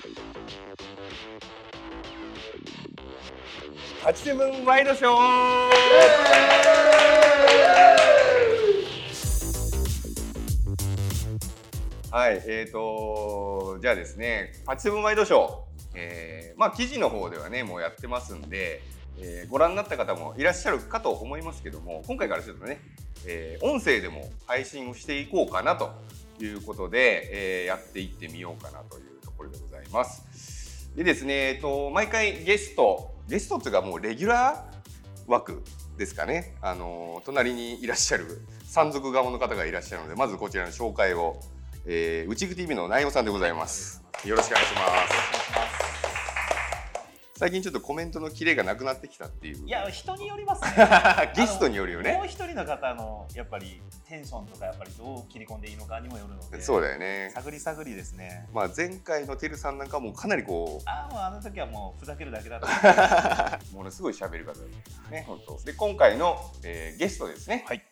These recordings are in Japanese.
87ワイドショー。はい、じゃあですね、87ワイドショー、まあ記事の方ではねもうやってますんで、ご覧になった方もいらっしゃるかと思いますけども、今回からちょっとね、音声でも配信をしていこうかなということで、やっていってみようかなというところでございます。でですね、毎回ゲストっていうかもうレギュラー枠ですかね、隣にいらっしゃる山賊側の方がいらっしゃるので、まずこちらの紹介を、内ぐ TV の内容さんでございます。よろしくお願いします。最近ちょっとコメントのキレがなくなってきたっていう。 いや、人によりますね。 ゲストによるよね。 もう一人の方のやっぱりテンションとかやっぱりどう切り込んでいいのかにもよるので。 そうだよね。 探り探りですね。 まあ前回のてるさんなんかもかなりこう。 もうあの時はもうふざけるだけだった。 ものすごい喋る方ですね。本当。で今回の、ゲストですね。 はい。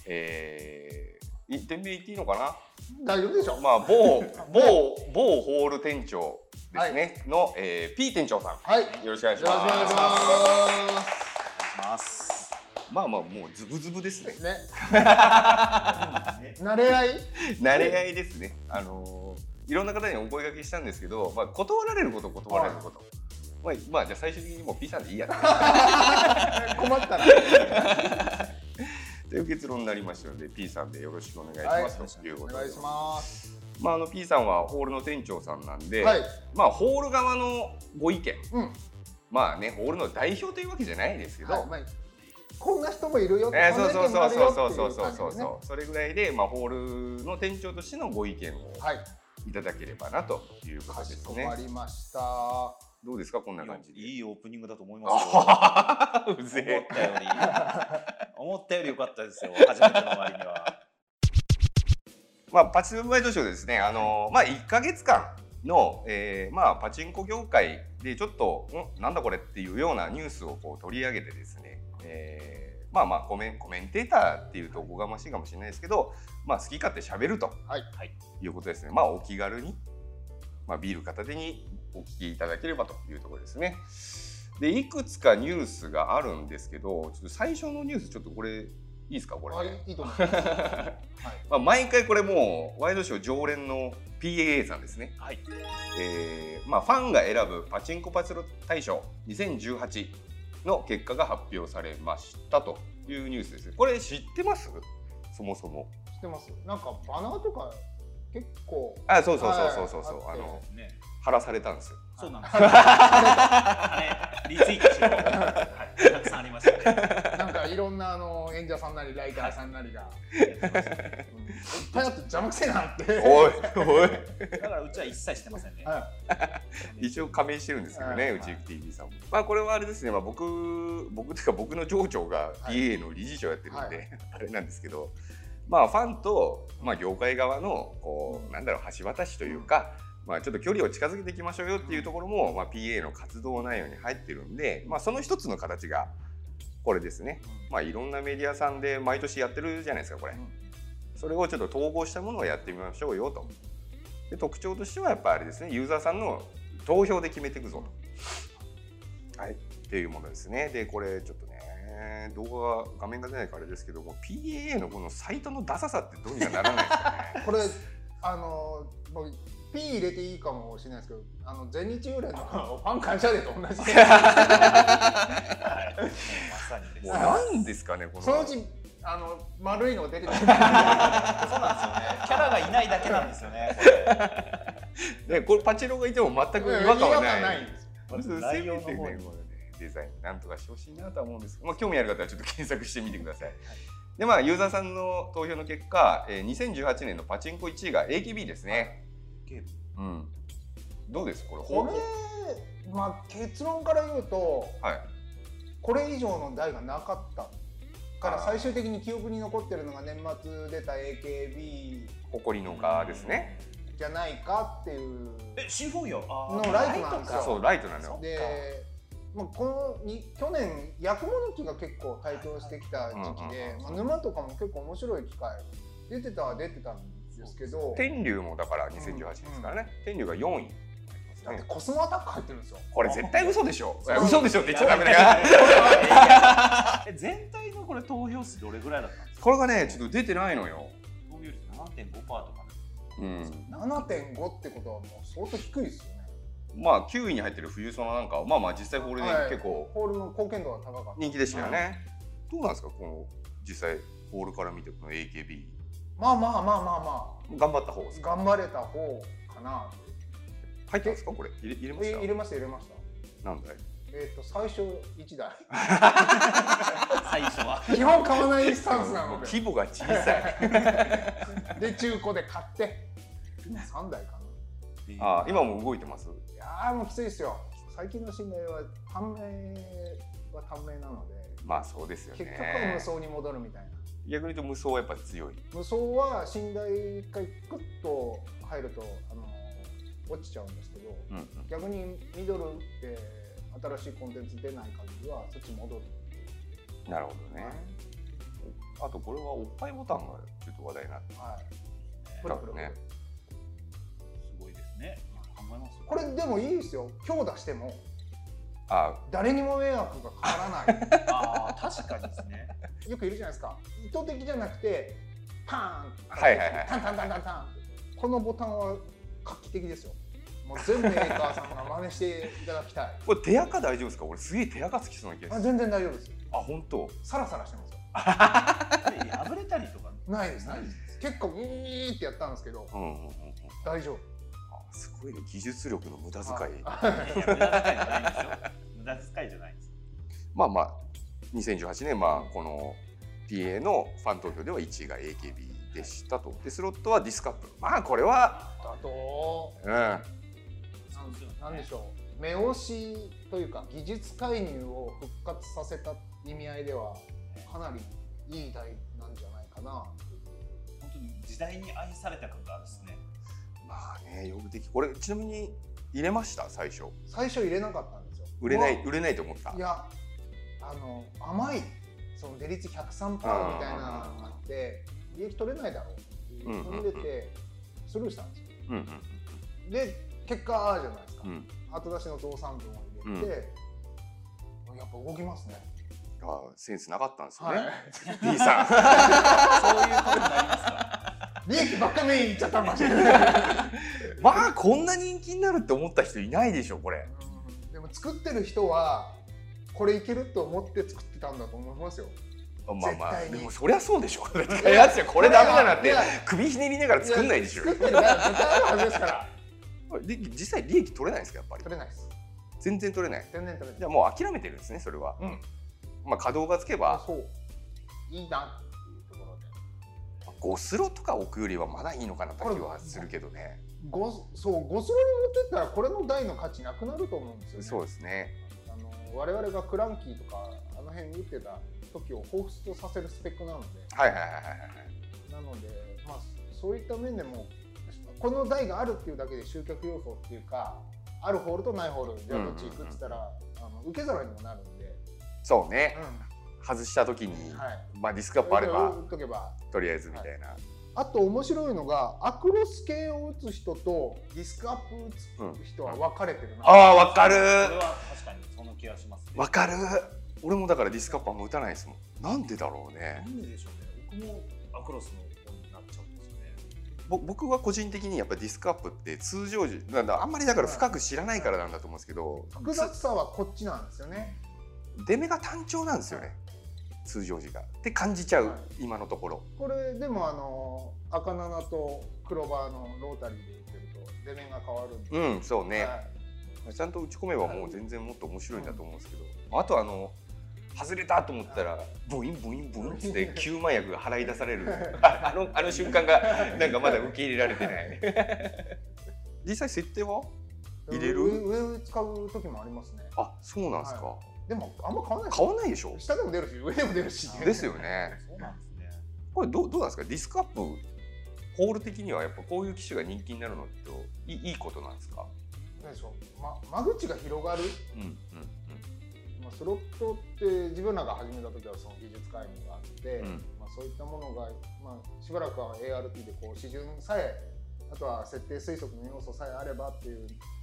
店名言っていいのかな。 大丈夫でしょう。 まあ某ホール店長ですね、の、P 店長さん、 はい、 よろしくお願いします。 よろしくお願いします。 お願いします。 まあもうズブズブですね。 ね。慣れ合いですね。いろんな方にお声掛けしたんですけど、まあ断られること。まあじゃあ最終的にもう P さんでいいや。 困ったら。 という結論になりましたので P さんでよろしくお願いします、ということで。 お願いします。 まあP さんはホールの店長さんなんで、 はい、 まあホール側のご意見、まあねホールの代表というわけじゃないですけど、 はい、まあ、こんな人もいるよ。 それぐらいで、まあホールの店長としてのご意見をいただければなということですね。 わかりました。 どうですか、こんな感じで。 いいオープニングだと思いますよ。 うぜ思ったより良かったですよ。初めての割には。 まあパチンコワイドショーですね。まあ1ヶ月間の、まあパチンコ業界でちょっとなんだこれっていうようなニュースをこう取り上げてですね。まあコメンテーターっていうとおこがましいかもしれないですけど、まあ好き勝手喋るということですね。まあお気軽に、まあビール片手にお聞きいただければというところですね。でいくつかニュースがあるんですけど、ちょっと最初のニュースちょっとこれいいですか、これ。 はい、いいと思います。はい、 まあ毎回これもうワイドショー常連の PAA さんですね。 はい。 まあファンが選ぶパチンコパチロ大賞2018の結果が発表されましたというニュースですね。これ知ってます？そもそも。 知ってます。なんかバナーとか結構。 そう。貼らされたんですよ。 そうなんですよ。リツイートしてたくさんありましたね。 なんかいろんな演者さんなりライターさんなりがいっぱいあって邪魔くせえなって。 おい。 だからうちは一切してませんね。 一応加盟してるんですけどね、うち TV さんも。まあこれはあれですね。まあ僕っていうか僕の町長が PA の理事長やってるんであれなんですけど、まあファンとまあ業界側のこうなんだろう橋渡しというか。まあちょっと距離を近づけていきましょうよっていうところも、まあ、PA の活動内容に入ってるんで、まあ、その一つの形がこれですね。まあいろんなメディアさんで毎年やってるじゃないですかこれ。それをちょっと統合したものをやってみましょうよと。で特徴としてはやっぱあれですね、ユーザーさんの投票で決めていくぞと。はい、っていうものですね。でこれちょっとね動画画面が出ないからあれですけども PAA のこのサイトのダサさってどうにかならないですかね。 これもうP 入れていいかもしれないですけど、全日幽霊のファン感謝デーと同じで。 もうなんですかねこの。 そのうち丸いのが出てくる。 そうなんですよね。キャラがいないだけなんですよね。 これパチロがいても全く違和感はない。 んですよ。内容の方にデザインなんとかしてほしいなとは思うんですけど、まあ興味ある方はちょっと検索してみてください。でまあユーザーさんの投票の結果、2018年のパチンコ1位が AKB ですね。うん、どうですこれ？ まあ結論から言うと、 はい、 これ以上の台がなかったから最終的に記憶に残ってるのが年末出た AKB 誇りの側ですね。 じゃないかっていうシンフォニアのライトなんですよ。 そうライトなのよ。 で、まあ、この去年ヤクモノキが結構台頭してきた時期で、沼とかも結構面白い機会出てたんですけど、 天竜もだから2018ですからね、天竜が4位だってコスモアタック入ってるんですよ。 これ絶対嘘でしょ。嘘でしょって言っちゃダメだよ。 全体のこれ投票数どれぐらいだったんですか？ これがねちょっと出てないのよ。 投票率 7.5% とかね。 7.5 ってことはもう相当低いですよね。 まあ9位に入ってる冬ソナなんかまあまあ実際ホールで結構ホールの貢献度が高かった。 人気でしたよね。どうなんですかこの実際ホールから見てこの AKB。 まあ頑張った方ですか。 頑張れた方かな。 入ったんですかこれ入れました。 入れました。 なんだい。 最初1台。 最初は基本買わないスタンスなので。 規模が小さい。 で中古で買って今3台かな。 あ今も動いてます。 いやもうきついですよ。最近の新名は短命なので。 まあそうですよね。 結局は無双に戻るみたいな。 逆に言うと無双はやっぱり強い。 無双は寝台一回クッと入ると落ちちゃうんですけど、逆にミドルって新しいコンテンツ出ない限りはそっち戻る。 なるほどね。あとこれはおっぱいボタンがちょっと話題になって。 はい。 プルプルね。 すごいですね。考えますよ。 これでもいいですよ。強打しても誰にも迷惑がかからない。 ああ確かにですね。 よくいるじゃないですか。意図的じゃなくてパーンタンタンタンタンタン。このボタンは画期的ですよ。もう全メーカーさんが真似していただきたい。 これ手垢大丈夫ですか？俺すげえ手垢つきそうな気がする。 全然大丈夫ですよ。 あ本当。 サラサラしてますよ。 破れたりとかないです。結構ギーってやったんですけど、大丈夫。 すごいね技術力の無駄遣い。 いや無駄遣いじゃないんですよ。無駄遣いじゃないです。 まあ2018年この PA のファン投票では1位が AKB でしたと。でスロットはディスカップ。まあこれはあとなんでしょう、目押しというか技術介入を復活させた意味合いではかなりいい台なんじゃないかな。 本当に時代に愛された感があるですね。 まあね、よくでき。これちなみに入れました最初入れなかったんですよ。 売れないと思った。 いや甘いその利率 103% みたいなのがあって利益取れないだろうって踏んでてスルーしたんですよ。で結果ああじゃないですか。後出しの増産分を入れてやっぱ動きますね。 センスなかったんですよね。 そ D さんういうことになりますか。 利益ばっか目にいっちゃったかもしれない。 まあこんな人気になるって思った人いないでしょこれ。 でも作ってる人はこれいけると思って作ってたんだと思いますよ。 でもそりゃそうでしょ。開発者これダメだなって首ひねりながら作んないでしょ。 作ってるから絶対あるはずですから。 実際利益取れないんですかやっぱり。 取れないです。 全然取れない。 全然取れない。 じゃあもう諦めてるんですねそれは。まあ稼働がつけばそういいなっていうところで。 ゴスロとか置くよりはまだいいのかなって気はするけどね。 ゴスロに持ってったらこれの台の価値なくなると思うんですよね。 そうですね。 我々がクランキーとかあの辺打ってた時を彷彿とさせるスペックなので。なのでまあそういった面でもこの台があるっていうだけで集客要素っていうかあるホールとないホールじゃあどっち行くって言ったら受け皿にもなるんで。 そうね。外した時にまあディスクアップあればとりあえずみたいな。 あと面白いのがアクロス系を打つ人とディスクアップ打つ人は分かれてるな。 分かる。 これは確かにその気がしますね。 分かる。俺もだからディスクアップはもう打たないですもん。なんでだろうね。 なんででしょうね。僕もアクロスの方になっちゃうんですよね。 僕は個人的にやっぱディスクアップって通常時なんだあんまりだから深く知らないからなんだと思うんですけど、 複雑さはこっちなんですよね。 出目が単調なんですよね。通常時がって感じちゃう、今のところ。 これでも赤7と黒バーのロータリーで打ってると出目が変わるんで。 そうね。ちゃんと打ち込めばもう全然もっと面白いんだと思うんですけど、あと外れたと思ったらボインボインボインって9万役が払い出されるあの瞬間がなんかまだ受け入れられてない実際設定は入れる？ 上使う時もありますね。 あ、そうなんですか。 でもあんま変わらない。 変わらないでしょ。 下でも出るし上でも出るし。 ですよね。 そうなんですね。 これどうなんですか。ディスクアップホール的にはやっぱこういう機種が人気になるのっていいことなんですか。 何でしょう。間口が広がる。スロットって自分らが始めた時はその技術介入があって、そういったものが、しばらくは ARP でこう指準さえあとは設定推測の要素さえあればっていう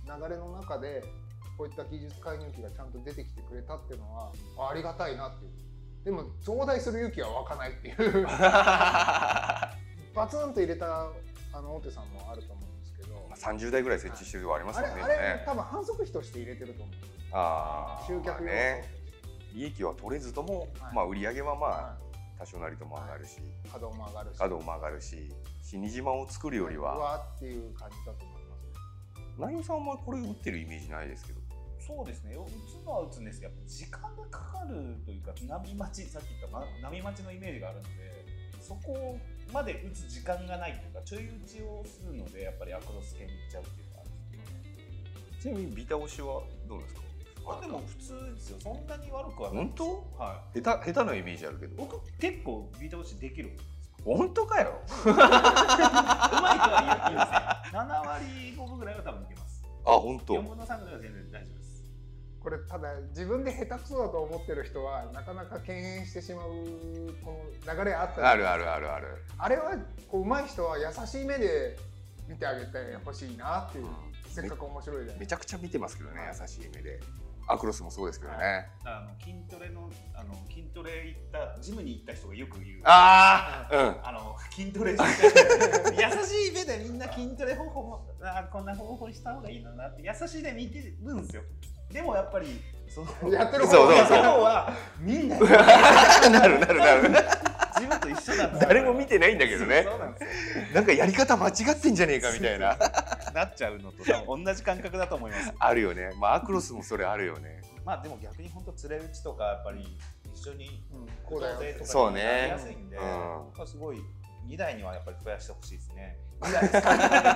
流れの中でこういった技術介入機がちゃんと出てきてくれたっていうのはありがたいなっていう。でも増大する勇気は湧かないっていうバツンと入れた大手さんもあると思うんですけど、 30台ぐらい設置してるとこありますよね。 あれ多分反則費として入れてると思う。集客用ね、利益は取れずとも、まあ売り上げはまあ多少なりとも上がるし、 稼働も上がるし、新に島を作るよりはっていう感じだと思いますね。 ナインさんはこれ打ってるイメージないですけど。 そうですね、打つのは打つんですけど、やっぱ時間がかかるというか、波待ち、さっき言った波待ちのイメージがあるので、そこまで打つ時間がないというか、ちょい打ちをするので、やっぱりアクロス系に行っちゃうっていうのがあるんですけど。 ちなみにビタ押しはどうですか？ でも普通ですよ、そんなに悪くはない。 本当？ はい。 下手なイメージあるけど。 僕結構ビタ押しできる。 本当かよ。 うまいとは言いません。7割5分ぐらいは多分いけます。 あ、本当。 4分の3ぐらいは全然大丈夫です。 これただ自分で下手くそだと思ってる人はなかなか敬遠してしまうこの流れあったり、あれはこう上手い人は優しい目で見てあげてほしいなっていう、せっかく面白いでめちゃくちゃ見てますけどね、優しい目で。アクロスもそうですけどね。 筋トレ行ったジムに行った人がよく言う。筋トレして優しい目でみんな筋トレ方法もこんな方法した方がいいのなって優しい目見てるんですよ。でもやっぱりやってる方はみんななる自分と一緒なんだ。 誰も見てないんだけどね。 そうなんですよ。 なんかやり方間違ってんじゃねえかみたいななっちゃうのと多分同じ感覚だと思います。 あるよね。まあアクロスもそれあるよね。 まあでも逆に本当連れ打ちとかやっぱり一緒にこうだよとかになりやすいんで、すごい2台にはやっぱり増やしてほしいですね。 2台使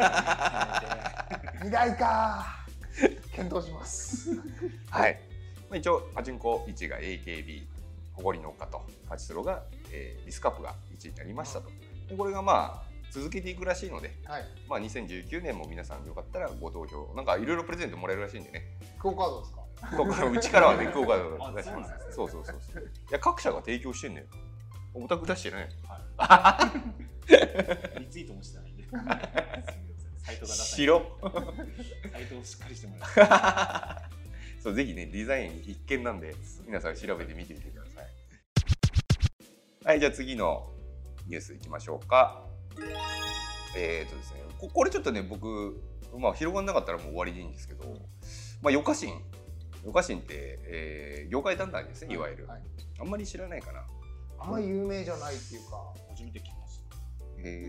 2台か検討します。 はい。一応パチンコ1が AKB 誇りの丘とパチスロが、リスカップが1になりましたと。でこれがまあ続けていくらしいので、まあ2019年も皆さんよかったらご投票、なんかいろいろプレゼントもらえるらしいんでね。 クオカードですか？ うちからはね、クオカードらしいです。そう。いや各社が提供してんのよ。オタク出してない。 リツイートもしてないんで。サイトが出さサイトをしっかりしてもらう。 そう、ぜひね、デザイン必見なんで皆さん調べてみてみてください。はい、じゃあ次のニュースいきましょうか。ですね、これちょっとね、僕、まあ広がんなかったらもう終わりでいいんですけど、まあヨカシンって、業界団体ですね、いわゆる。あんまり知らないかな。 あんまり有名じゃないっていうか、 初めて聞きました。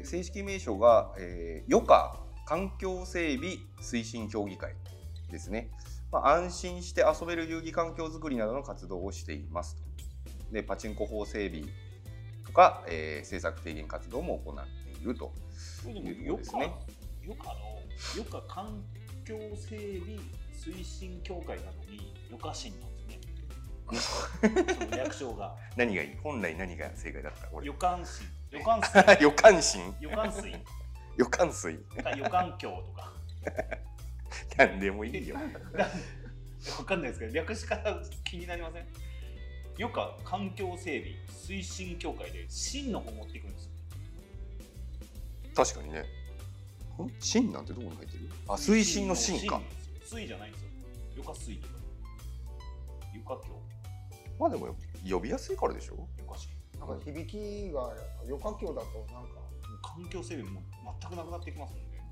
正式名称が、ヨカ環境整備推進協議会ですね。まあ、安心して遊べる遊戯環境づくりなどの活動をしていますと。で、パチンコ法整備とか、政策提言活動も行っているということですね。 ヨカ環境整備推進協会なのにヨカシンなんですね。その略称が。 何がいい？本来何が正解だった？ 予感水。 予感水。 予感水。 予感水。 予感境とか。 なんでもいいよ。 わかんないですけど、略し方気になりません？ヨカ環境整備推進協会で真の方持っていくんですよ。 確かにね。真なんてどこに入ってる？あ、推進の真か。 水じゃないんですよ。ヨカ水とか。ヨカ境。 まあでも呼びやすいからでしょ。 ヨカシン。 なんか響きがヨカ境だとなんか環境整備も全くなくなってきますもんね。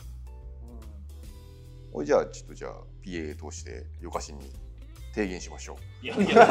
じゃあちょっとPA 通してヨカシンに提言しましょう。 いやどんな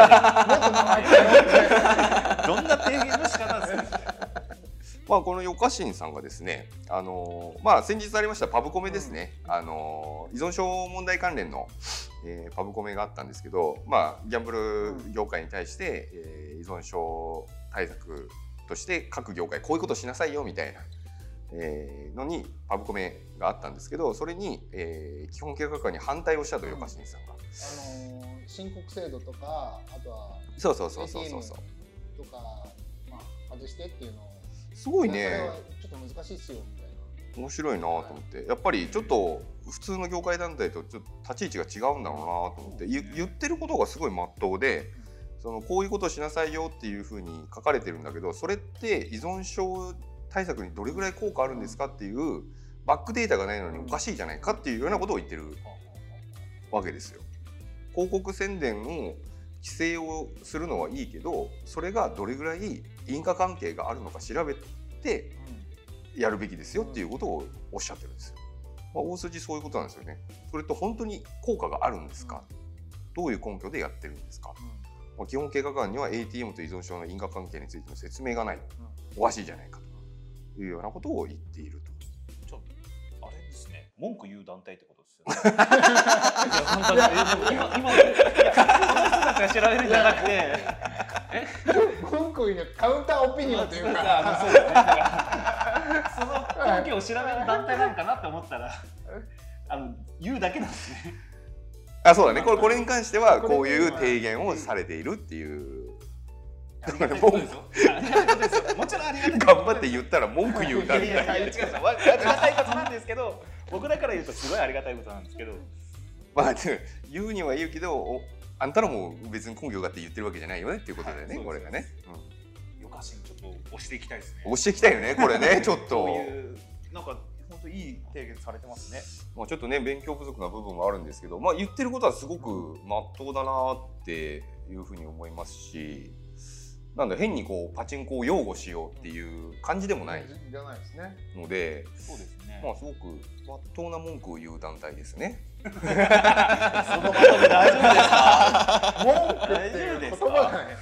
提言の仕方ですか。 まあこのヨカシンさんがですね、まあ先日ありましたパブコメですね。依存症問題関連の、パブコメがあったんですけど、まあギャンブル業界に対して、依存症対策として各業界こういうことしなさいよみたいな。のにパブコメがあったんですけど、それに、基本計画案に反対をしたとヨカシンさんが、 申告制度とか、あとはそうとか、まあ、外してっていうのをすごいね、 それはちょっと難しいっすよみたいな。 面白いなと思って、やっぱりちょっと普通の業界団体とちょっと立ち位置が違うんだろうなと思って、言ってることがすごい真っ当で、こういうことをしなさいよっていうふうに書かれてるんだけど、それって依存症対策にどれぐらい効果あるんですかっていうバックデータがないのにおかしいじゃないかっていうようなことを言ってるわけですよ。広告宣伝を規制をするのはいいけど、それがどれぐらい因果関係があるのか調べてやるべきですよっていうことをおっしゃってるんですよ。大筋そういうことなんですよね。それと本当に効果があるんですか、どういう根拠でやってるんですか、基本計画案には ATM と依存症の因果関係についての説明がない、おかしいじゃないかというようなことを言っていると。 あれですね、文句言う団体ってことですよね。今この人たちが調べるんじゃなくて、 文句言うカウンターオピニオンというか、 そうですね。その根拠を調べる団体なのかなって思ったら、言うだけなんですね。 そうだね。これに関してはこういう提言をされているっていう。 ありがたいことですよ。もちろんありがたい。 頑張って言ったら文句言うだみたいな。 違うんですよ。ありがたいことなんですけど、僕らから言うとすごいありがたいことなんですけど。 言うには言うけど、あんたらも別に根拠があって言ってるわけじゃないよねっていうことだよね、これがね。 よかしにちょっと押していきたいですね。 押していきたいよね、これね、ちょっと。 なんか本当いい提言されてますね。 ちょっとね、勉強不足な部分もあるんですけど、言ってることはすごく真っ当だなっていうふうに思いますし、なんだ変にこうパチンコを擁護しようっていう感じでもないので、 そうですね。 すごく真っ当な文句を言う団体ですね。 そのまとめ大丈夫ですか？ 文句っていう言葉がね。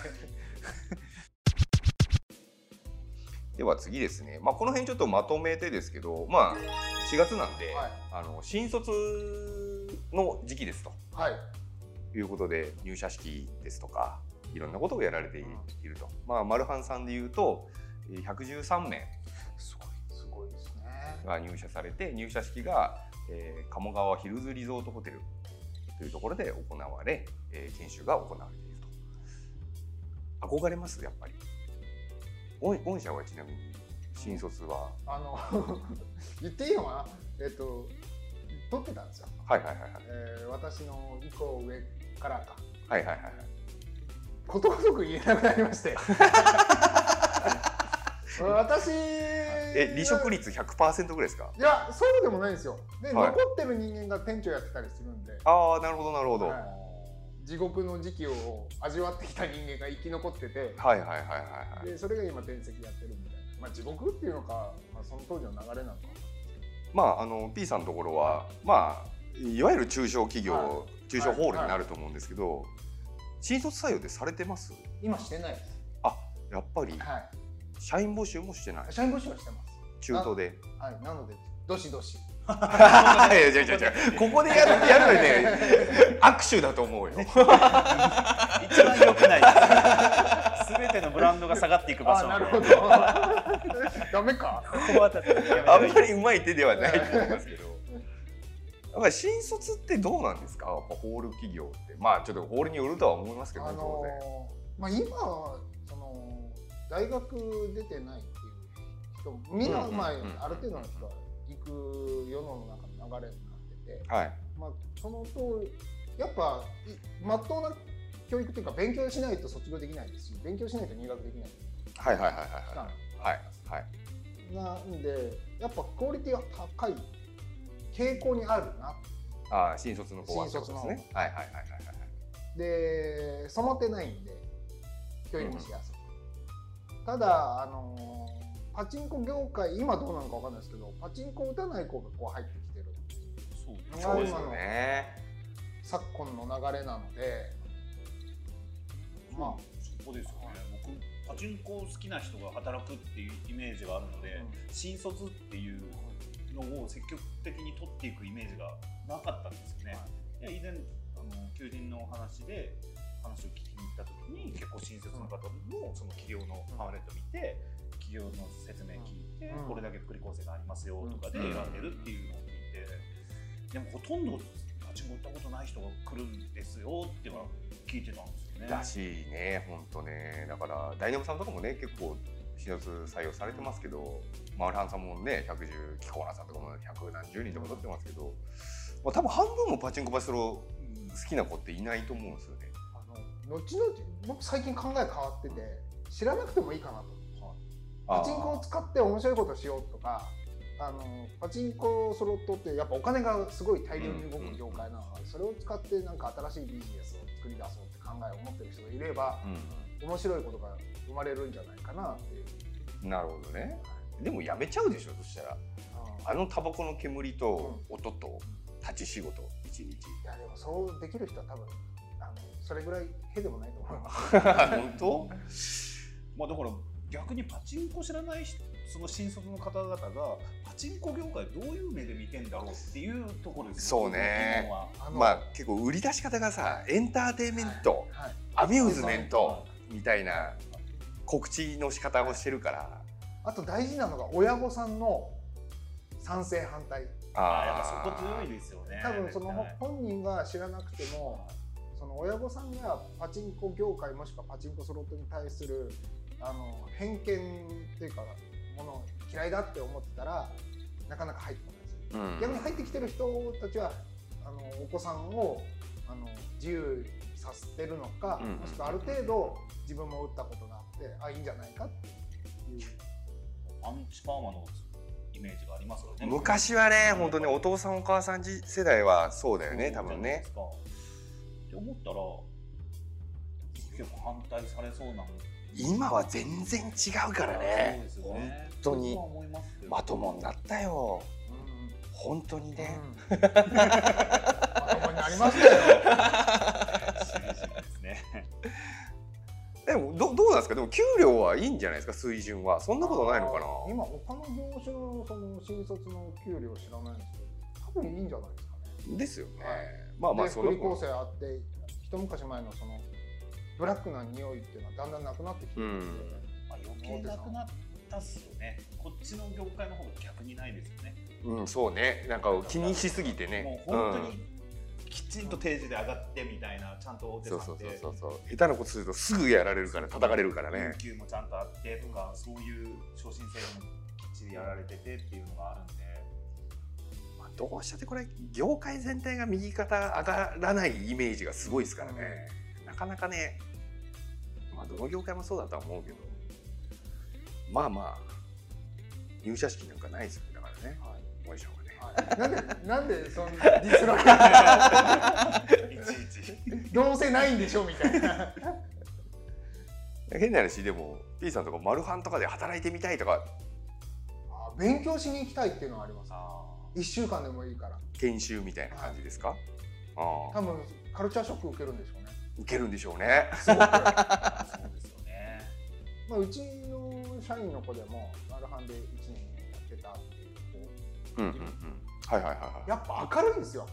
では次ですね。この辺ちょっとまとめてですけど、4月なんで、新卒の時期ですと、いうことで入社式ですとかいろんなことをやられていると。マルハンさんでいうと113名すごいですねが入社されて、入社式が鴨川ヒルズリゾートホテルというところで行われ、研修が行われていると。憧れます？やっぱり。御社はちなみに新卒は言っていいのかな、取ってたんですよ。私の1個上からか。ことごとく言えなくなりまして。私離職率 100% ぐらいですか？ いや、そうでもないんですよ。で、残ってる人間が店長やってたりするんで。 なるほどなるほど。 地獄の時期を味わってきた人間が生き残ってて、でそれが今転籍やってるみたいな、地獄っていうのか、その当時の流れなのか。 P さんのところは、いわゆる中小企業、中小ホールになると思うんですけど、新卒採用ってされてます？ 今してないです。 やっぱり、社員募集もしてない？ 社員募集はしてます。 中途で。 なのでどしどし。 ここでやるのにね、握手だと思うよ。 一番良くないです。全てのブランドが下がっていく場所。 なるほど。ダメか。 あんまりうまい手ではないと思いますけど。やっぱり新卒ってどうなんですか？ホール企業って、ちょっとホールによるとは思いますけどね、当然。 今はその大学出てないっていう人、みんなある程度の人は行く世の中の流れになってて、そのとやっぱまっとうな教育というか勉強しないと卒業できないですし、勉強しないと入学できない。なんでやっぱクオリティが高い傾向にあるな。 新卒の方はそうですね。 で染まってないんで教育もしやすい。ただパチンコ業界今どうなのかわかんないですけど、パチンコ打たない子がこう入ってきてるっていうそうですよね。 昨今の流れなので、 そこですよね。僕パチンコ好きな人が働くっていうイメージがあるので、新卒っていうのを積極的に取っていくイメージがなかったんですよね。以前求人の話で話を聞きに行った時に、結構新卒の方もその企業のパンフレット見て、企業の説明聞いて、これだけ福利厚生がありますよとかで選んでるっていうのを聞いて、でもほとんどパチンコ打ったことない人が来るんですよっては聞いてたんですよね。 らしいね、本当ね。だからダイナモさんとかもね、結構新卒採用されてますけど、マルハンさんもね、110、キコーナさんとかも100何十人とか取ってますけど、多分半分もパチンコバスロ好きな子っていないと思うんですよね。 後々僕最近考え変わってて、知らなくてもいいかなと。パチンコを使って面白いことをしようとか、 パチンコスロットってやっぱお金がすごい大量に動く業界なので、それを使ってなんか新しいビジネスを作り出そうって考えを持ってる人がいれば、面白いことが生まれるんじゃないかなっていう。 なるほどね。でもやめちゃうでしょ、そしたら。タバコの煙と音と立ち仕事1日。いやでもそうできる人は多分それぐらいへでもないと思います。 本当？ まあだから逆にパチンコ知らないその新卒の方々がパチンコ業界どういう目で見てんだろうっていうところですよね。そうね。まあ結構売り出し方がさ、エンターテインメント、アミューズメントみたいな告知の仕方をしてるから。 あと大事なのが親御さんの賛成反対。 やっぱそこ強いですよね。 多分その本人が知らなくても、その親御さんがパチンコ業界もしくはパチンコスロットに対する偏見っていうかものを嫌いだって思ってたらなかなか入ってこないです。逆に入ってきてる人たちはお子さんを自由にさせてるのか、もしくはある程度自分も打ったことがあっていいんじゃないかっていうアンチパーマのイメージがありますよね。 昔はね、本当にお父さんお母さん世代はそうだよね、多分ね。 って思ったら結構反対されそうな。 今は全然違うからね。本当にまともになったよ。本当にね。 まともになりましたよ。 でもどうなんですか。でも給料はいいんじゃないですか、水準は。そんなことないのかな。 今他の業種のその新卒の給料知らないんですけど、多分いいんじゃないですかね。 ですよね。 まあまあ福利厚生あって一昔前のそのブラックな匂いっていうのはだんだんなくなってきてるんで、 余計なくなったっすよね。こっちの業界の方が逆にないですよね。 そうね。なんか気にしすぎてね。 もう本当にきちんと定時で上がってみたいな、ちゃんと大手さんで。 そう下手なことするとすぐやられるから叩かれるからね。 給もちゃんとあってとか、そういう昇進制度もきっちりやられててっていうのがあるんで。 どうしたってこれ業界全体が右肩上がらないイメージがすごいですからね。なかなかね。どの業界もそうだとは思うけど、まあ入社式なんかないですよ。だからね、おいしょうがね。なんでそんなディスられるいちいちどうせないんでしょみたいな。 変な話でも P さんとかマルハンとかで働いてみたいとか、 勉強しに行きたいっていうのはあります。1週間でもいいから研修みたいな感じですか。 多分カルチャーショック受けるんでしょうね。 受けるんでしょうね。 そうですよね。 うちの社員の子でもマルハンで1年やってたっていう子、やっぱ明るいんですよ。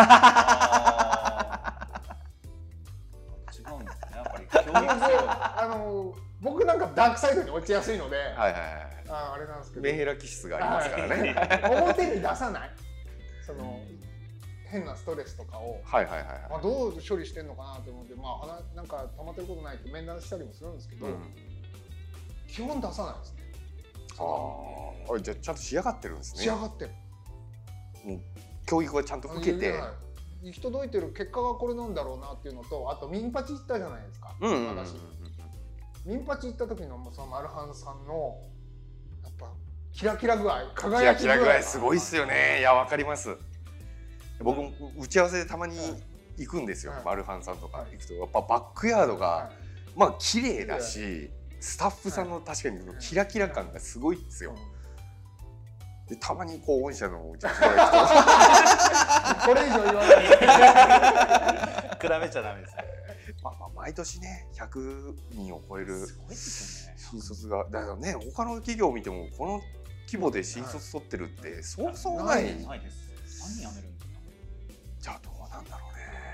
違うんですね。やっぱり教育僕なんかダークサイドに落ちやすいので、あれなんですけど、 メンヘラ気質がありますからね。 表に出さないその変なストレスとかをどう処理してんのかなと思って、なんか溜まってることないって面談したりもするんですけど、基本出さないですね。 じゃあちゃんと仕上がってるんですね。 仕上がってる。 もう教育はちゃんと受けて行き届いてる結果がこれなんだろうなっていうのと、あとミンパチ行ったじゃないですか。私ミンパチ行った時のそのマルハンさんのやっぱキラキラ具合、輝き具合すごいっすよね。いやわかります。僕も打ち合わせでたまに行くんですよ。マルハンさんとか行くとやっぱバックヤードが綺麗だし、スタッフさんの確かにキラキラ感がすごいですよ。でたまに御社の打ち合わせが行くとこれ以上言わない比べちゃダメですね。 毎年ね100人を超える新卒が、だからね他の企業を見てもこの規模で新卒取ってるってそうそうない。 ないです。何人辞めるんですか。 じゃあどうなんだろ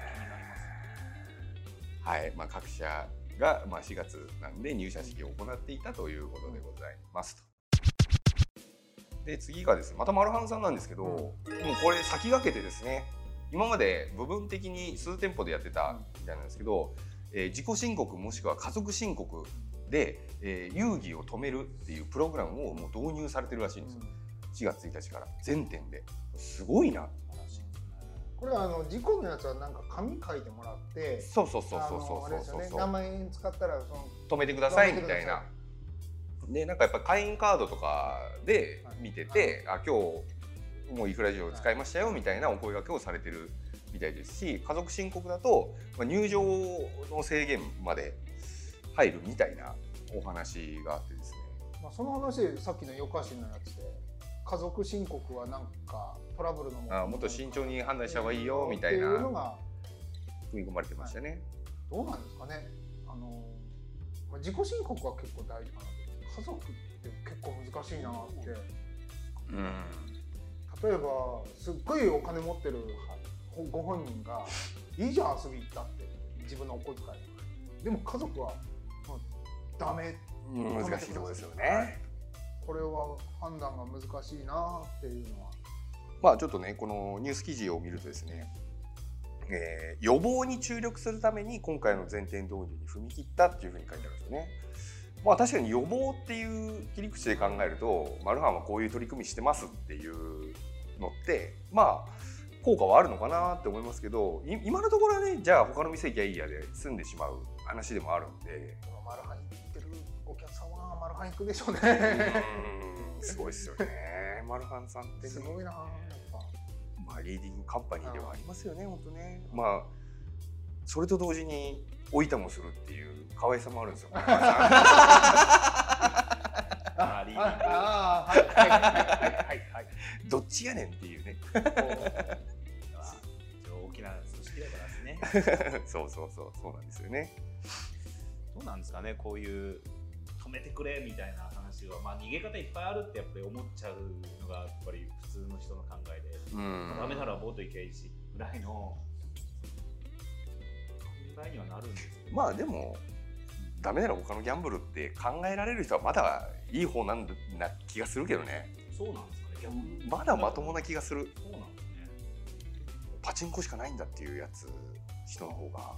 うね。各社が4月なんで入社式を行っていたということでございますと。で次がですね、またマルハンさんなんですけど、もうこれ先駆けてですね、今まで部分的に数店舗でやってたみたいなんですけど、自己申告もしくは家族申告で、有儀を止めるっていうプログラムをもう導入されてるらしいんですよ。4月1日から全店ですごいな。 これは事故のやつはなんか紙書いてもらって、 そうあれですよね、何万円使ったら止めてくださいみたいなでなんかやっぱ会員カードとかで見てて、あ今日もうイクラジオ使いましたよみたいなお声掛けをされてるみたいですし、家族申告だと入場の制限まで入るみたいなお話があってですね、 その話さっきのよかしのやつで家族申告はなんかトラブルのもっと慎重に判断した方がいいよみたいなのが組み込まれてましたね。 どうなんですかね。自己申告は結構大事かなと。家族って結構難しいなって。例えばすっごいお金持ってるご本人がいいじゃん遊び行ったって自分のお小遣いでも家族はもうダメ。 難しいところですよね。 これは判断が難しいなっていうのは。 まあちょっとねこのニュース記事を見るとですね、予防に注力するために今回の全店導入に踏み切ったっていうふうに書いてあるんですよね。まあ確かに予防っていう切り口で考えるとマルハンはこういう取り組みしてますっていうのってまあ効果はあるのかなって思いますけど、今のところはねじゃあ他の店行きゃいいやで済んでしまう話でもあるんで、 マルハン行ってるお客さんはマルハン行くでしょうね。 すごいですよね。マルハンさんって、ね、 すごいな。 リーディングカンパニーではありますよね、本当ね。まあそれと同時においたもするっていう可愛さもあるんですよ。どっちやねんっていうね。 大きな組織だからですね。 そうなんですよね。 どうなんですかね、こういう止めてくれみたいな話が、逃げ方いっぱいあるってやっぱり思っちゃうのがやっぱり普通の人の考えで、ダメならボート行けばいいしぐらいの考えにはなるんですけど、 まあでもダメなら他のギャンブルって考えられる人はまだいい方なんな気がするけどね。 そうなんですかね。 まだまともな気がする。 そうなんですね。 パチンコしかないんだっていうやつ人の方が。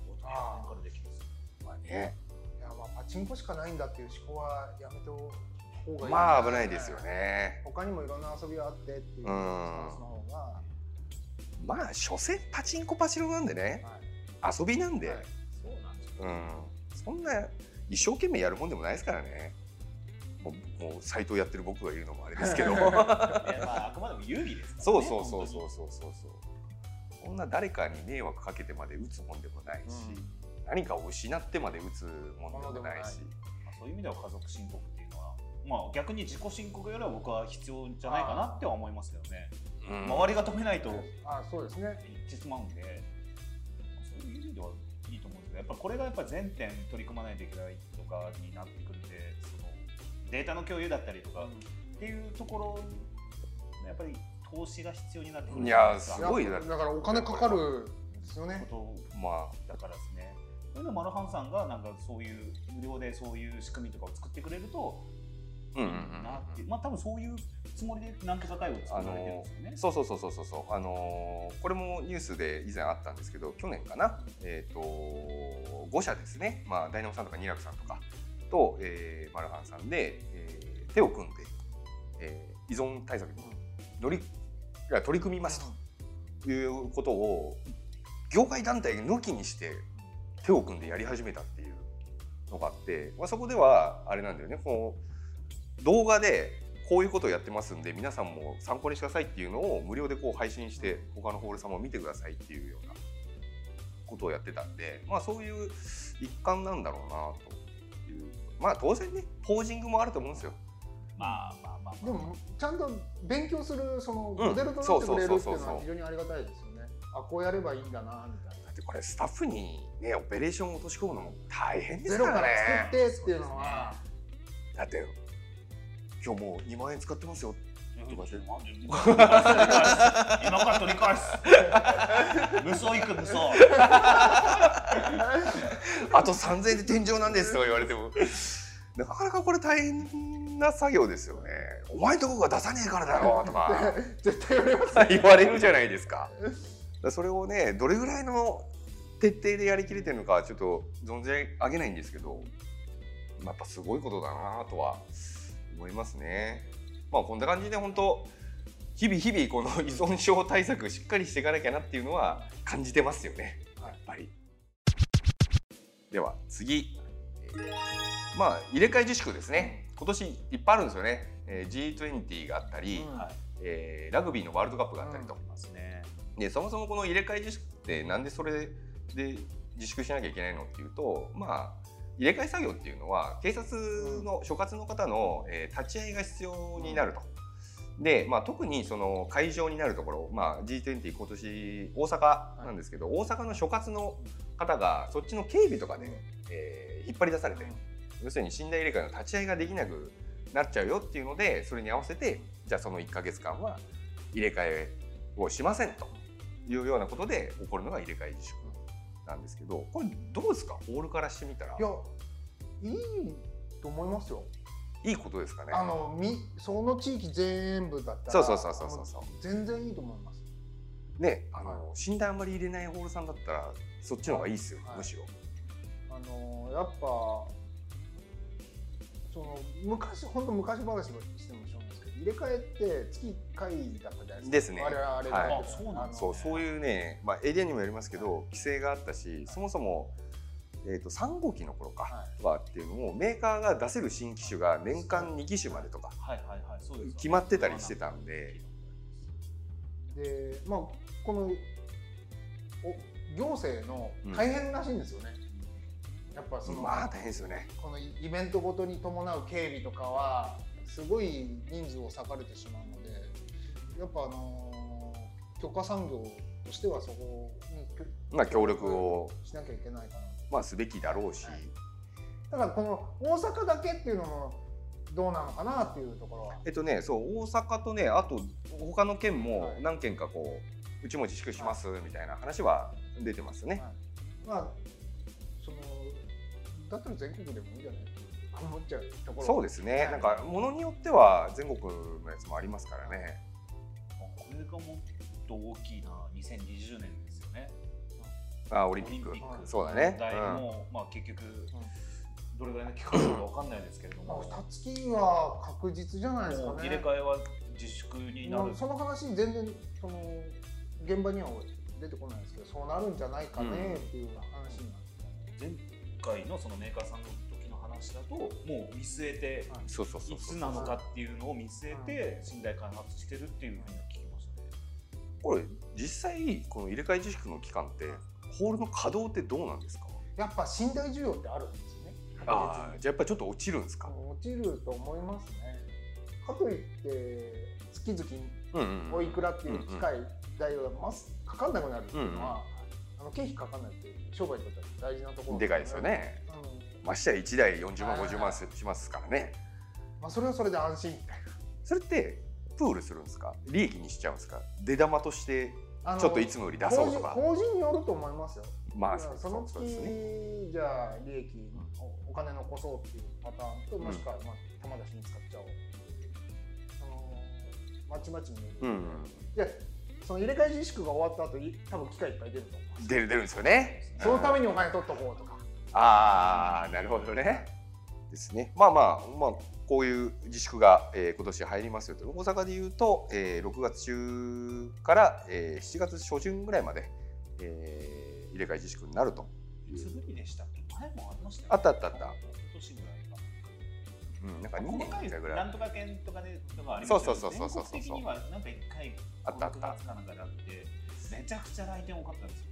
まあね。 パチンコしかないんだっていう思考はやめた方がいい。 まあ危ないですよね。 他にもいろんな遊びがあってっていうスタンスの方が。 まあ所詮パチンコパチロなんでね、遊びなんで、 そうなんですよ。 そんな一生懸命やるもんでもないですからね。もうサイトをやってる僕が言うのもあれですけどあくまでも遊戯ですからね。 そうそんな誰かに迷惑かけてまで打つもんでもないし、何かを失ってまで打つものでもないし、 そういう意味では家族申告っていうのは、逆に自己申告よりは僕は必要じゃないかなっては思いますけどね。周りが止めないとそうですね、 いってしまうんで、そういう意味ではいいと思うんですけど、やっぱこれがやっぱ全店取り組まないといけないとかになってくるんで、そのデータの共有だったりとかっていうところ、やっぱり投資が必要になってくる。 いやすごいだからお金かかるですよね。 だからですね。そういうのマルハンさんがなんかそういう無料でそういう仕組みとかを作ってくれるといいなって、多分そういうつもりでなんとか会を作られてるんですよね。 そうこれもニュースで以前あったんですけど、去年かな、5社ですね、ダイナモさんとかニラクさんとかと、マルハンさんで、手を組んで、依存対策に取り組みますということを業界団体抜きにして手を組んでやり始めたっていうのがあって、そこではあれなんだよね、この動画でこういうことをやってますんで皆さんも参考にしてくださいっていうのを無料でこう配信して他のホールさんも見てくださいっていうようなことをやってたんで、そういう一環なんだろうなという、当然ねポージングもあると思うんですよ。 でもちゃんと勉強するそのモデルとなってくれるっていうのは非常にありがたいですよね。こうやればいいんだなみたいな。 だってこれスタッフにねオペレーションを落とし込むのも大変ですからね。 ゼロから作ってっていうのは、 だって今日もう2万円使ってますよとかして、 今から取り返す無双行く無双あと3000円で天井なんですとか言われてもなかなかこれ大変な作業ですよね。お前んとこが出さねえからだろとか絶対言われますね。 言われるじゃないですか。それをねどれぐらいの徹底でやりきれてるのかちょっと存じ上げないんですけど、やっぱすごいことだなとは思いますね。こんな感じで本当日々この依存症対策しっかりしていかなきゃなっていうのは感じてますよね、やっぱり。では次、入れ替え自粛ですね。 今年いっぱいあるんですよね。G20 があったり、ラグビーのワールドカップがあったりと、でそもそもこの入れ替え自粛ってなんでそれで自粛しなきゃいけないのっていうと、まあ入れ替え作業っていうのは警察の所轄の方の立ち会いが必要になると。で、まあ、特にその会場になるところ、まあ、G20 今年大阪なんですけど、大阪の所轄の方がそっちの警備とかで、引っ張り出されて、要するに寝台入れ替えの立ち会いができなくなっちゃうよっていうので、それに合わせてじゃあその1ヶ月間は入れ替えをしませんというようなことで起こるのが入れ替え自粛なんですけど、これどうですか、ホールからしてみたら。 いや、いいと思いますよ。 いいことですかね。 その地域全部だったらそう全然いいと思いますね。寝台あんまり入れないホールさんだったらそっちの方がいいですよ、むしろ。 やっぱその本当昔話をしてもしょうがないですけど、入れ替えって月1回だったじゃないですか。 ですね。そういうね、まあエリアにもよりますけど規制があったし、そもそも3号機の頃かとかっていうのをメーカーが出せる新機種が年間2機種までとか決まってたりしてたんで、 まあこの行政の大変らしいんですよね。やっぱそのまあ大変ですよね。 このイベントごとに伴う警備とかはすごい人数を割かれてしまうので、やっぱ許可産業としてはそこに協力をしなきゃいけないかなと。 まあすべきだろうし、 だからこの大阪だけっていうのもどうなのかなっていうところは。 そう大阪とね、あと他の県も何県かこううちも自粛しますみたいな話は出てますね。 まあだったら全国でもいいんじゃないって思っちゃうところ。 そうですね。なんかものによっては全国のやつもありますからね。 これがもっと大きいな、2020年ですよね。 オリンピック。そうだね。 もうまあ結局どれぐらいの期間かわかんないですけれども、 2月は確実じゃないですかね。 入れ替えは自粛になる。 その話全然現場には出てこないですけど、そうなるんじゃないかねっていう話になって。 前回のそのメーカーさんの時の話だと、もう見据えていつなのかっていうのを見据えて寝台開発してるっていうふうに聞きましたね。 これ実際この入れ替え自粛の期間ってホールの稼働ってどうなんですか？ やっぱ寝台需要ってあるんですよね。 じゃあやっぱりちょっと落ちるんですか？ 落ちると思いますね。かといって月々おいくらっていう機械代がかかんなくなるっていうのは、経費かかんないって商売にとっては大事なところでかいですよね。ましてや1台40万50万しますからね。 まあそれはそれで安心みたいな。 それってプールするんですか？利益にしちゃうんですか？出玉としてちょっといつもより出そうとか。 法人によると思いますよ。 まあその月じゃあ利益お金残そうっていうパターンと、もしくは玉出しに使っちゃおう。まちまちによる。でその入れ替え自粛が終わった後多分機械いっぱい出ると思います。 出るんですよね。 そのためにお金取っとこうとか。 なるほどね。ですね。まあこういう自粛が、今年入りますよと。大阪でいうと、6月中から、7月初旬ぐらいまで、入れ替え自粛になると。 いつぶりでしたっけ？前もありましたよね。 あった。 今年ぐらいか。 なんか2年ぐらい。 なんとか県とかでとかありますよね。 そう。 全国的にはなんか1回あった。 6月かなんかであって、めちゃくちゃ来店多かったんですよ。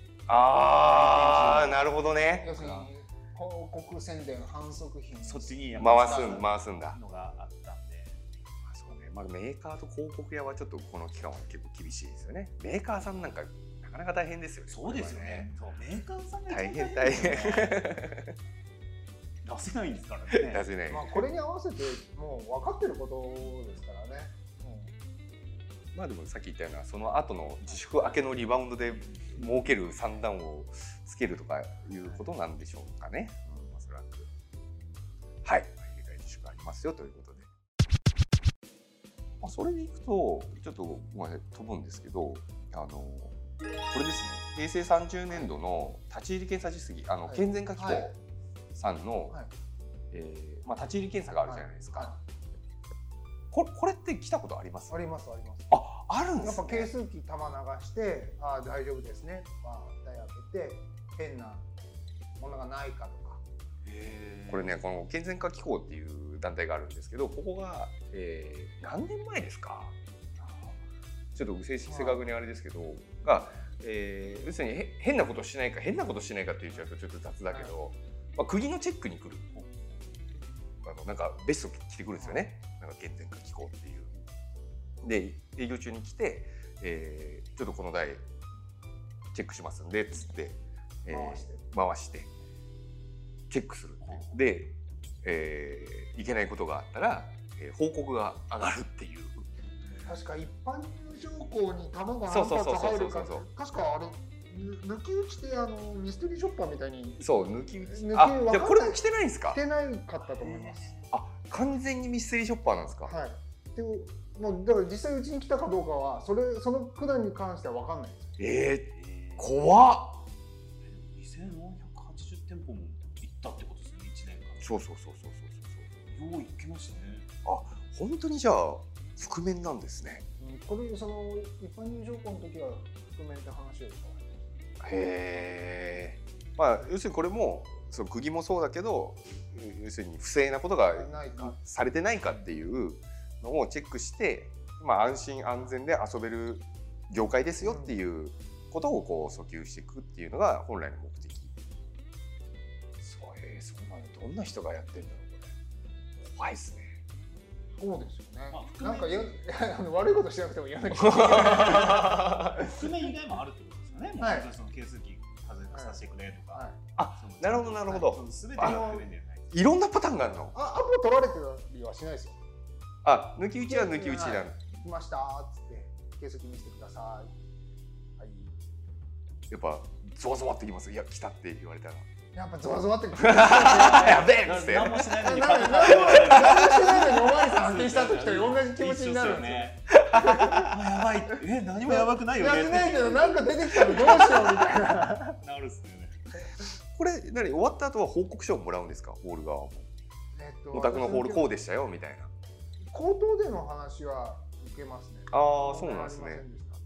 なるほどね。 要するに広告宣伝反則費そっちに回すんだのがあったんで。 そうね。メーカーと広告屋はちょっとこの期間は結構厳しいですよね。メーカーさんなんかなかなか大変ですよね。 そうですよね。メーカーさんが大変。 出せないんですからね。 出せない。 これに合わせてもう分かってることですからね。 でもさっき言ったようなその後の自粛明けのリバウンドで儲ける算段をつけるとかいうことなんでしょうかね。おそらく。はい。入れ替え自粛ありますよということで。それでいくとちょっと飛ぶんですけど、これですね。平成30年度の立ち入り検査実績、健全化機構さんの、立ち入り検査があるじゃないですか。これって来たことあります？ あります。 あるんですね。 やっぱ計数機玉流して大丈夫ですねとか台開けて変なものがないかとかこれね、この健全化機構っていう団体があるんですけど、ここが、何年前ですか、ちょっと正確にあれですけどが、要するに変なことしないかって言っちゃうとちょっと雑だけど、釘のチェックに来る、なんかベスト着てくるんですよね、なんか健全化機構っていう。で営業中に来て、ちょっとこの台チェックしますんでっつって、回してチェックするっていうで、いけないことがあったら、報告が上がるっていう。 確か一般入場校に弾が何発入るか、確かあれ抜き打ちでミステリーショッパーみたいに。 そう、抜き打ち。じゃあこれも着てないんですか？ 着てないかったと思います。 完全にミステリーショッパーなんですか？ はい。でもだから実際うちに来たかどうかはその九段に関しては分かんないです。 怖っ。 2480店舗も行ったってことですね、1年間。 そう。 よう行きましたね。 本当にじゃあ覆面なんですね。 これその一般入場校の時は覆面って話をした。 要するにこれもその釘もそうだけど、要するに不正なことがされてないかっていうのをチェックして、安心安全で遊べる業界ですよっていうことをこう訴求していくっていうのが本来の目的。そうなの。どんな人がやってんだろう、これ。怖いですね。 そうですよね。なんか悪いことしなくても嫌な気がする。覆面以外もあるってことですよね。はい。その係数機させてくれとか。 なるほど。 全てが覆面ではない。 いろんなパターンがあるの。 アポ取られてたりはしないですよ。 抜き打ちは抜き打ちなの。 来ましたーっつって係数機見せてください。はい。 やっぱゾワゾワってきます。いや来たって言われたら。 やっぱゾワゾワってくる。 やべえっつって。 何もしないのに。 お巡りさん安定した時と同じ気持ちになるんですよね。 やばい。何もやばくないよね。 やってないけどなんか出てきたらどうしようみたいな。 なるっすよね。 これ終わった後は報告書をもらうんですか、ホール側も。お宅のホールこうでしたよみたいな。 口頭での話は受けますね。 そうなんですね。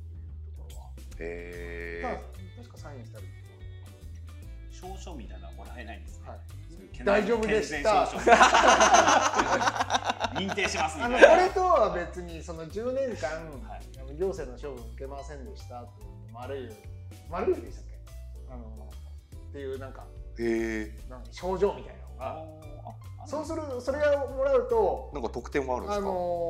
確かサインしたり。 証書みたいなのもらえないんですね。 大丈夫でした。 認定しますみたいな。 これとは別にその10年間行政の処分受けませんでしたっていう丸いでしたっけ？っていうなんか症状みたいなのが。それをもらうとなんか特典はあるんですか？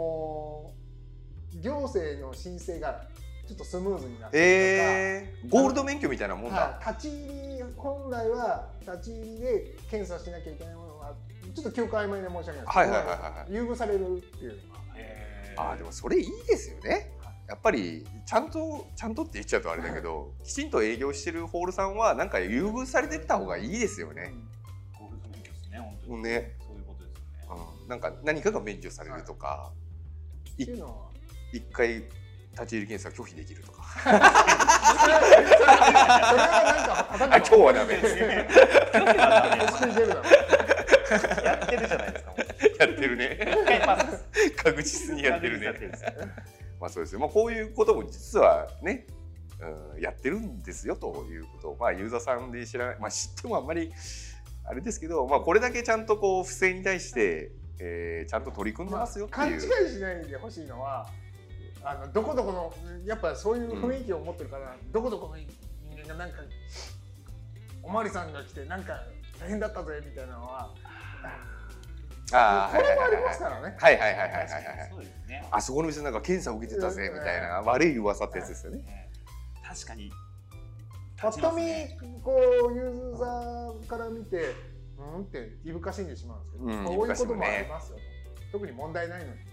行政の申請がちょっとスムーズになってとか、ゴールド免許みたいなもんだ。 本来は立ち入りで検査しなきゃいけないものがちょっと記憶曖昧で申し訳ないですけど、優遇されるっていうのが。 でもそれいいですよね。やっぱりちゃんとって言っちゃうとあれだけど、きちんと営業してるホールさんはなんか優遇されてった方がいいですよね。 ゴールド免許ですね、本当に。 ね。 そういうことですよね。 なんか何かが免除されるとか、一回立ち入り検査拒否できるとか。それはなんか今日はダメですね。 やってるじゃないですか。 やってるね。確実にやってるね。そうですよ。こういうことも実はね、やってるんですよということをユーザーさんで知らない、知ってもあんまりあれですけど、これだけちゃんとこう不正に対して、ちゃんと取り組んでますよっていう。 勘違いしないでほしいのは。どこどこのやっぱそういう雰囲気を持ってるから、どこどこの人間がなんかおまわりさんが来てなんか大変だったぜみたいなのは、これもありますからね。 あそこの店なんか検査を受けてたぜみたいな悪い噂ってやつですよね。 確かに。 ぱっと見こうユーザーから見てっていぶかしんでしまうんですけど、こういうこともありますよ。特に問題ないのに。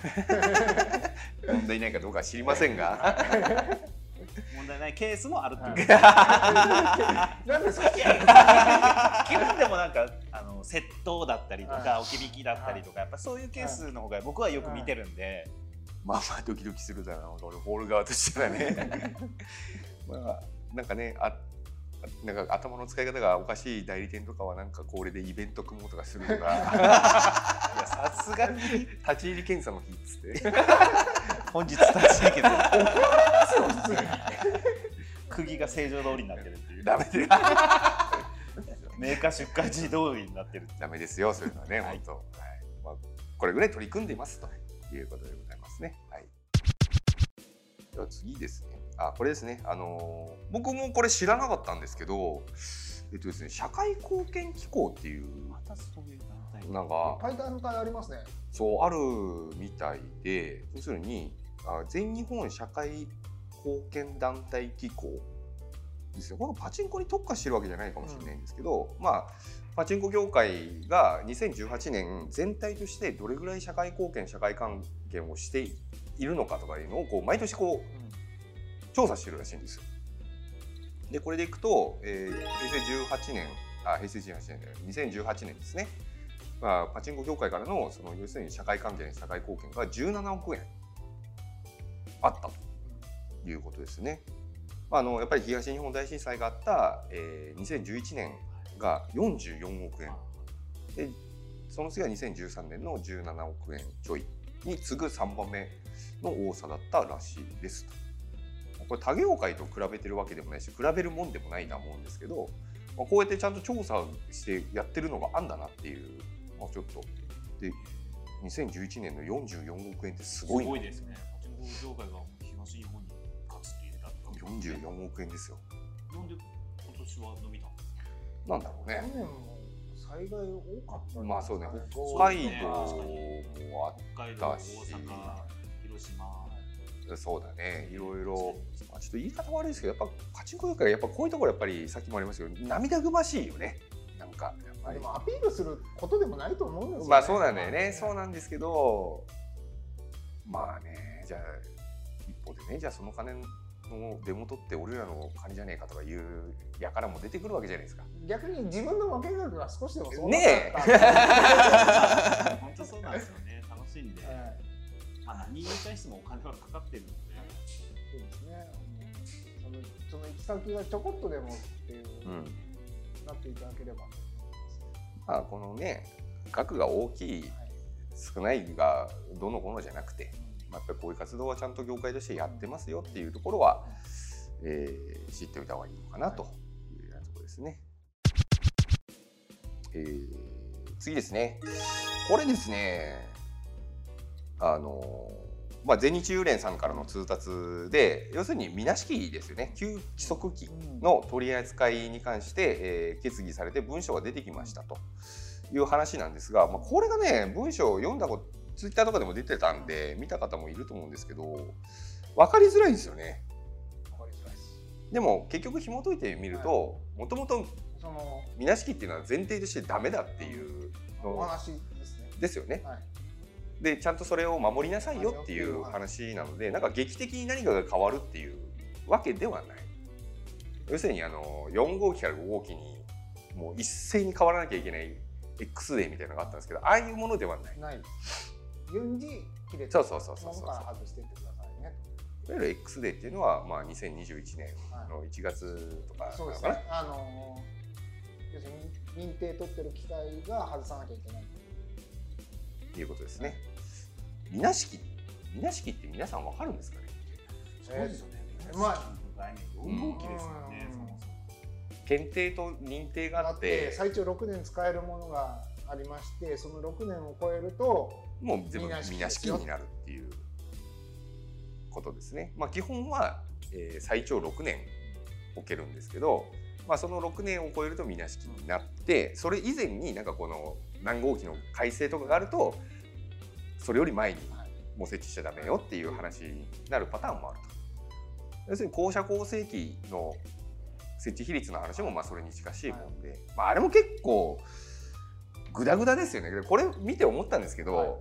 問題ないかどうか知りませんが問題ないケースもあるっていう。 なんでそっち基本でもなんか窃盗だったりとか置き引きだったりとか、やっぱそういうケースの方が僕はよく見てるんで、 ドキドキするだろうな、俺ホール側としてはね。なんかね、なんか頭の使い方がおかしい代理店とかはなんかこれでイベント組もうとかするとか。さすがに立ち入り検査の日っつって本日立ち入り検査怒られますよ普通に。 釘が正常通りになってるっていう。 ダメでメーカー出荷時通りになってる。 ダメですよ、そういうのはね、本当。はい。まあこれぐらい取り組んでいますということでございますね。はい。では次ですね。これですね。僕もこれ知らなかったんですけど、ですね、社会貢献機構っていう、 またそういう団体なんかいっぱい団体ありますね。 そうあるみたいで、要するに全日本社会貢献団体機構ですよ。このパチンコに特化してるわけじゃないかもしれないんですけど、まあパチンコ業界が2018年全体としてどれぐらい社会貢献社会還元をしているのかとかいうのをこう毎年こう調査してるらしいんですよ。でこれでいくと、平成18年2018年ですね、パチンコ業界からのその要するに社会還元社会貢献が17億円あったということですね。やっぱり東日本大震災があった、2011年が44億円で、その次は2013年の17億円ちょいに次ぐ3番目の多さだったらしいですと。これ他業界と比べてるわけでもないし比べるもんでもないと思うんですけど、こうやってちゃんと調査してやってるのがあんだなっていう、ちょっとで2011年の44億円ってすごいですね。パチンコ業界が東日本に勝つって入れたって 44億円ですよ。 なんで今年は伸びたんですか？ なんだろうね。 去年も災害多かった。 まあそうね、北海道もあったし、 大阪、広島。 そうだね、いろいろちょっと言い方悪いですけど、やっぱパチンコ業界やっぱこういうところやっぱりさっきもありましたけど涙ぐましいよね。なんかでもアピールすることでもないと思うんですよね。 まあそうなんだよね、そうなんですけど、まあね、じゃあ一方でね、じゃあその金の出元って俺らの金じゃねえかとかいうやからも出てくるわけじゃないですか。 逆に自分の負け額が少しでもそうなったら本当そうなんですよね。楽しんで、何に対してもお金はかかってるので、 そうですね。その行き先がちょこっとでもっていう、なっていただければ。 まあこのね、額が大きい、少ないがどのこのじゃなくて、やっぱりこういう活動はちゃんと業界としてやってますよっていうところは、知っておいた方がいいのかなというようなところですね。次ですね。これですね。全日郵連さんからの通達で、要するにみなし機ですよね、旧規則機の取り扱いに関して、決議されて文書が出てきましたという話なんですが、これがね、文書を読んだこと、ツイッターとかでも出てたんで見た方もいると思うんですけど、分かりづらいですよね。 分かりづらいです。 でも結局紐解いてみると、もともとみなし機っていうのは前提としてダメだっていうお話ですね。 ですよね。でちゃんとそれを守りなさいよっていう話なので、なんか劇的に何かが変わるっていうわけではない。要するに4号機から5号機にもう一斉に変わらなきゃいけない X デーみたいなのがあったんですけど、ああいうものではない。 ないです。順次切れて、 そうから外していってくださいね。 いわゆる X デーっていうのは、2021年の1月とかなのかな。 そうですね。要するに認定取ってる機械が外さなきゃいけないということですね。みなし機って皆さん分かるんですかね。 そうですよね。4号機ですよね。 検定と認定があって最長6年使えるものがありまして、その6年を超えるともう全部みなし機になるっていうことですね。基本は、最長6年置けるんですけど、その6年を超えるとみなし機になって、それ以前になんかこの何号機の改正とかがあるとそれより前にもう設置しちゃダメよっていう話になるパターンもあると。要するに降車構成機の設置比率の話もそれに近しいもんで、あれも結構グダグダですよね。これ見て思ったんですけど、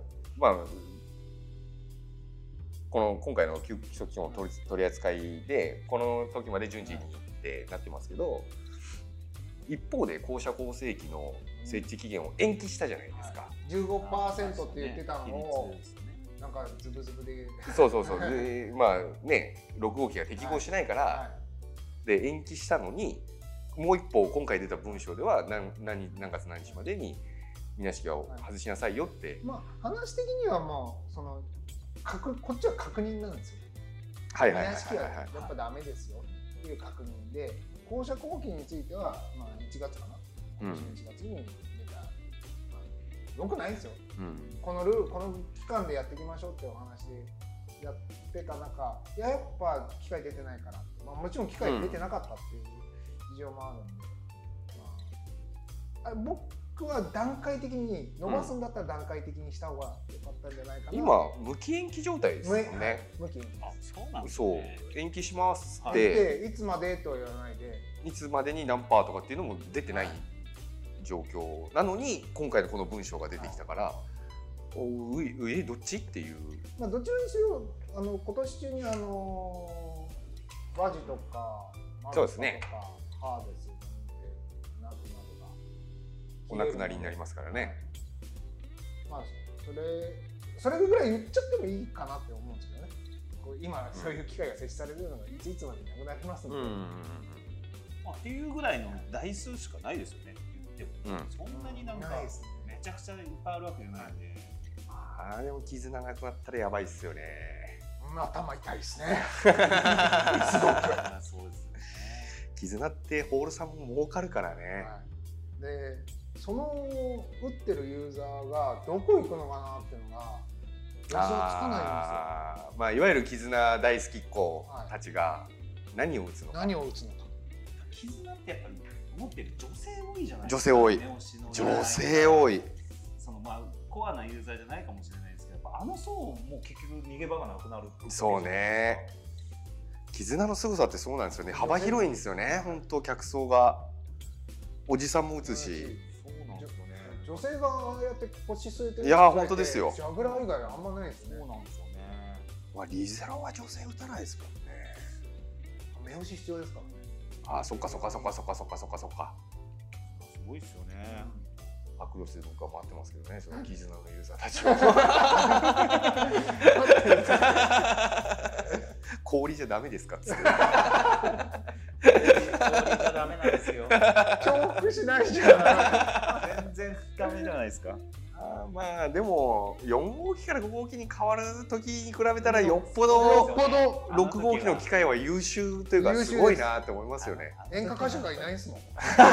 この今回の旧規則機の取り扱いでこの時まで順次にってなってますけど、一方で降車構成機の設置期限を延期したじゃないですか。 15% って言ってたのをなんかズブズブでそうで6号機が適合しないから、で延期したのに、もう一方今回出た文章では何月何日までにみなし機を外しなさいよって、 話的にはもうこっちは確認なんですよ。みなし機はやっぱダメですよっていう確認で、降車後期については1月かな今年の1月に出た、よくないんですよ、この期間でやっていきましょうっていうお話でやってた中、やっぱ機会出てないから、もちろん機会出てなかったっていう事情もあるんで、僕は段階的に伸ばすんだったら段階的にした方が良かったんじゃないかな。 今無期延期状態ですもんね。 無期延期。 そうなんですね。 そう、延期しますって、 いつまでとは言わないで、 いつまでに何パーとかっていうのも出てない状況なのに、今回のこの文章が出てきたから、どっちっていう。 どちらにしろ今年中にバジとかマルサとかハーデスお亡くなりになりますからね。 それぐらい言っちゃってもいいかなって思うんですけどね。今そういう機会が設置されるのがいつまでになくなりますので、 っていうぐらいの台数しかないですよね。言っても、そんなになんかめちゃくちゃいっぱいあるわけじゃないんで。 でも絆なくなったらやばいっすよね。 頭痛いですね。 すごく。そうですね。 絆ってホールさんも儲かるからね。 で、その打ってるユーザーがどこ行くのかなっていうのが予想つかないんですよ。 いわゆる絆大好きっ子たちが何を打つのか。 絆ってやっぱり持ってる女性多いじゃないですか。 女性多い。女性多い。 コアなユーザーじゃないかもしれないですけど、やっぱ層も結局逃げ場がなくなる。 そうね。絆の凄さってそうなんですよね。幅広いんですよね。本当客層が。おじさんも打つし。 そうなんですよね。 女性がああやって腰据えてる。 いや本当ですよ。 ジャグラー以外あんまないですね。 そうなんですよね。 リゼロは女性打たないですもんね。 目押し必要ですからね。 そっか。すごいですよね。 アクロスで僕は回ってますけどね、その絆のユーザーたちは。氷じゃダメですかっつって。氷じゃダメなんですよ。 重複しないじゃん。全然ダメじゃないですか。 でも4号機から5号機に変わる時に比べたらよっぽど6号機の機械は優秀というかすごいなって思いますよね。 演歌歌手がいないですもん。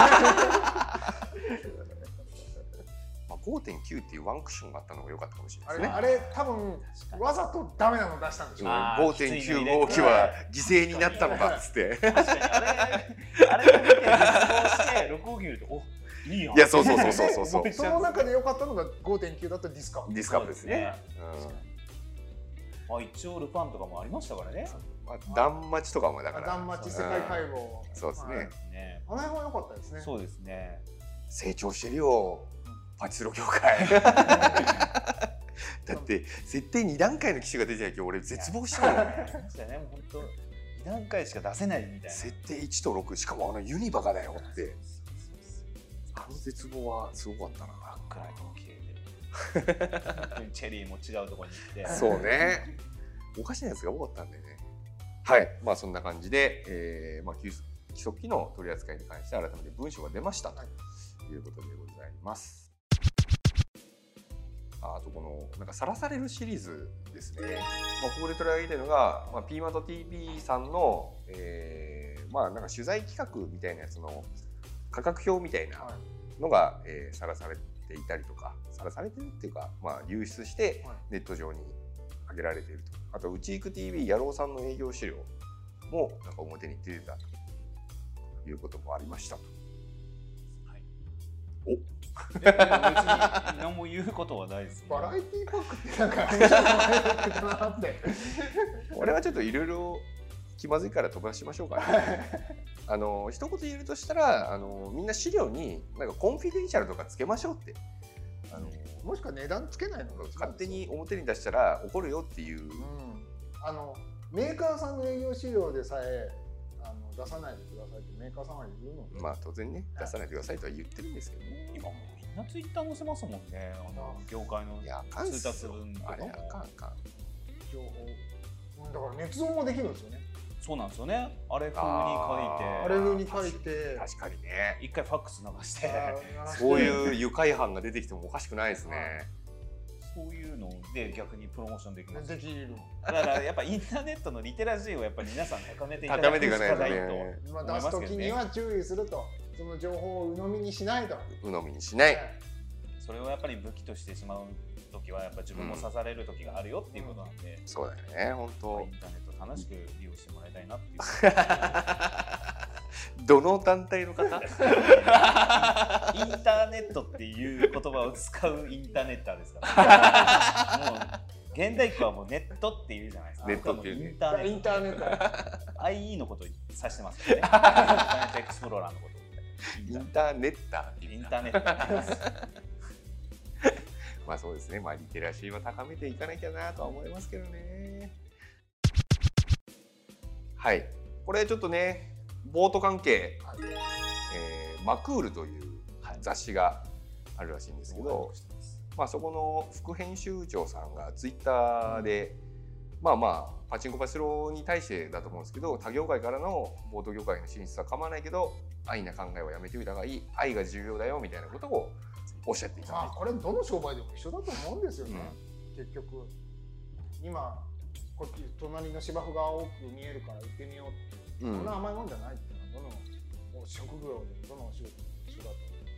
5.9 っていうワンクッションがあったのが良かったかもしれないですね。 あれ多分わざとダメなの出したんでしょう。 5.9 号機は犠牲になったのだっつって。 確かにあれを見て実装して6号機見るといいやん。 いやそう。 その中で良かったのが 5.9 だったディスカウントですね。 一応ルパンとかもありましたからね。 ダンマチとかもだから。 ダンマチ世界解剖。 そうですね。 あの辺は良かったですね。 そうですね。 成長してるよ。パチスロ業界。だって設定2段階の機種が出てたけど俺絶望したもんね。 本当2段階しか出せないみたいな。 設定1と6しかもユニバカだよって。絶望はすごかったな。 暗い時計で。チェリーも違うところに行って。 そうね。おかしなやつが多かったんでね。はい。そんな感じで、規則機の取り扱いに関して改めて文章が出ましたということでございます。あとこのなんかさらされるシリーズですね。ここで取り上げてるのが、ピーマント TV さんの、なんか取材企画みたいなやつの価格表みたいなのがさらされていたりとか、さらされてるっていうか、流出してネット上に上げられていると。あと、うちいく TV 野郎さんの営業資料もなんか表に出てたということもありましたと。 はい、 お別に何も言うことはないですね。 バラエティーパックってなんか変ななって。 俺はちょっといろいろ気まずいから飛ばしましょうかね。一言言えるとしたらみんな資料になんかコンフィデンシャルとかつけましょうって。 もしくは値段つけないのか勝手に表に出したら怒るよっていう、 メーカーさんの営業資料でさえ出さないでくださいってメーカーさんは言うので、 当然ね出さないでくださいとは言ってるんですけどね。 今もうみんなツイッター載せますもんね。業界の通達分とかも。 あれあかん情報だから捏造もできるんですよね。 そうなんですよね。あれ風に書いて確かにね。 一回ファックス流してそういう愉快犯が出てきてもおかしくないですね。 そういうので逆にプロモーションできます。 できる。 だからやっぱインターネットのリテラシーをやっぱり皆さん高めていかないと。 出す時には注意すると。 その情報を鵜呑みにしないと。 鵜呑みにしない。 それをやっぱり武器としてしまう時はやっぱ自分も刺される時があるよっていうことなんで、 そうだよね、本当。 インターネット楽しく利用してもらいたいなっていう。 どの団体の方？インターネットっていう言葉を使うインターネッターですから。もう現代っ子はもうネットっていうじゃないですか。 ネットっていうね。 インターネット。 IE のことを指してますよね。インターネットエクスプローラーのこと。 インターネッターってインターネット。 まあそうですね。まあリテラシーは高めていかなきゃなとは思いますけどね。はい。これちょっとね。ボート関係、はい、マクールという雑誌があるらしいんですけど、まあ、そこの副編集長さんがツイッターで、パチンコパチスロに対してだと思うんですけど、他業界からのボート業界の進出は構わないけど安易な考えはやめておいた方がいい、愛が重要だよみたいなことをおっしゃっていた。 これどの商売でも一緒だと思うんですよね、結局。今こっち隣の芝生が多く見えるから行ってみようって、そんな甘いもんじゃないっていうのはどの職業でどのお仕事も一緒だと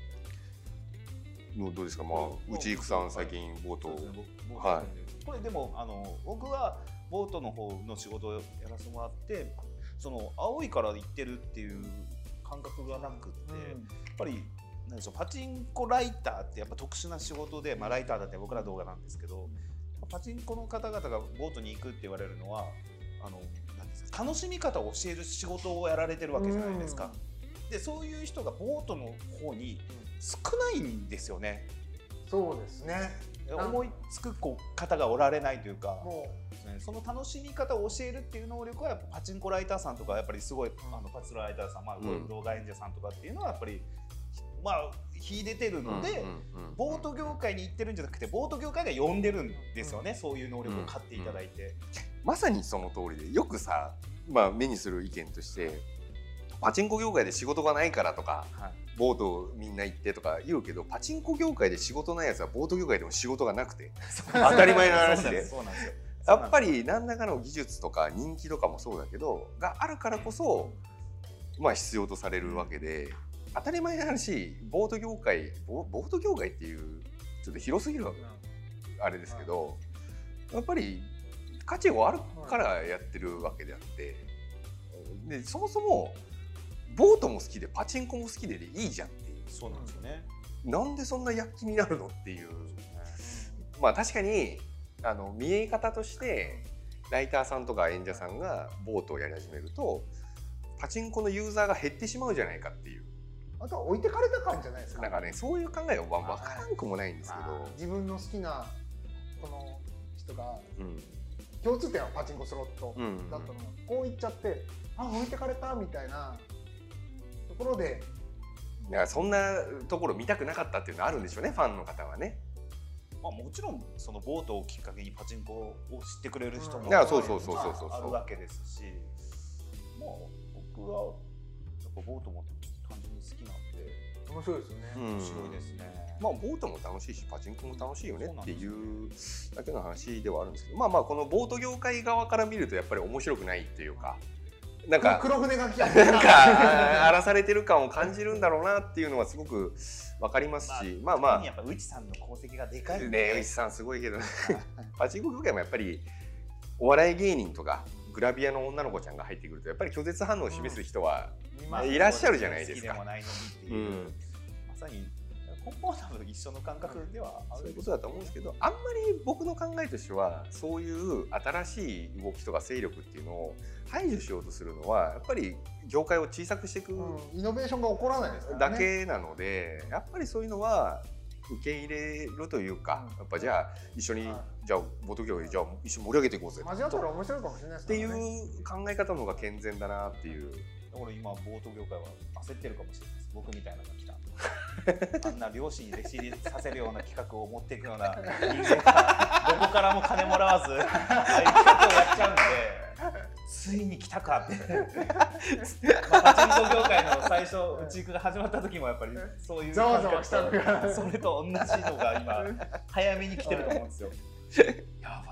思う。どうですか、内育さん最近ボート、 はい、これでも僕はボートの方の仕事をやらせてもらって、その青いから行ってるっていう感覚がなくって、やっぱりなんでしょう、パチンコライターってやっぱ特殊な仕事で、ライターだって僕ら動画なんですけど、パチンコの方々がボートに行くって言われるのは楽しみ方を教える仕事をやられてるわけじゃないですか。でそういう人がボートの方に少ないんですよね。 そうですね。 思いつく方がおられないというか、その楽しみ方を教えるっていう能力はやっぱパチンコライターさんとかやっぱりすごい、パチスロライターさん、動画演者さんとかっていうのはやっぱり秀でてるので、ボート業界に行ってるんじゃなくてボート業界が呼んでるんですよね、そういう能力を買っていただいて。 まさにその通りで、よくさ、目にする意見としてパチンコ業界で仕事がないからとか、ボートみんな行ってとか言うけど、パチンコ業界で仕事ないやつはボート業界でも仕事がなくて当たり前の話で、やっぱり何らかの技術とか人気とかもそうだけどがあるからこそ必要とされるわけで、当たり前の話、ボート業界っていうちょっと広すぎるあれですけど、やっぱり価値があるからやってるわけであって、でそもそもボートも好きでパチンコも好きでいいじゃんっていう。 そうなんですよね。 なんでそんな躍起になるのっていう。確かに見え方としてライターさんとか演者さんがボートをやり始めるとパチンコのユーザーが減ってしまうじゃないかっていう。 あとは置いてかれた感じゃないですか。 なんかね、そういう考えが分からんくもないんですけど、 自分の好きなこの人が、共通点はパチンコスロットだったのが、こう言っちゃって置いてかれたみたいなところで、 そんなところ見たくなかったっていうのはあるんでしょうね、ファンの方はね。 もちろんそのボートをきっかけにパチンコを知ってくれる人もあるわけですし、僕はやっぱボートも単純に好きなんで面白いですよね。 面白いですね。 ボートも楽しいしパチンコも楽しいよねっていうだけの話ではあるんですけど、このボート業界側から見るとやっぱり面白くないっていうか、なんか黒船が荒らされてる感を感じるんだろうなっていうのはすごく分かりますし、 やっぱ内さんの功績がでかいね。内さんすごいけどパチンコ業界もやっぱりお笑い芸人とかグラビアの女の子ちゃんが入ってくるとやっぱり拒絶反応を示す人はいらっしゃるじゃないですか。 好きでもないのにっていう、まさに根本は多分一緒の感覚ではある、 そういうことだと思うんですけど、あんまり僕の考えとしてはそういう新しい動きとか勢力っていうのを排除しようとするのはやっぱり業界を小さくしていく、 イノベーションが起こらないですからね、 だけなので、やっぱりそういうのは受け入れるというか、やっぱじゃあ一緒に、じゃあボート業界じゃあ一緒に盛り上げていこうぜ交わったら面白いかもしれないですねっていう考え方の方が健全だなっていう。 だから今ボート業界は焦ってるかもしれないです。僕みたいなのが来たあんな漁師に弟子入りさせるような企画を持っていくような人間がどこからも金もらわずああいう企画をやっちゃうんで、ついに来たかってパチンコ業界の最初内育が始まった時もやっぱりそういう感覚とそれと同じのが今早めに来てると思うんですよ。やばい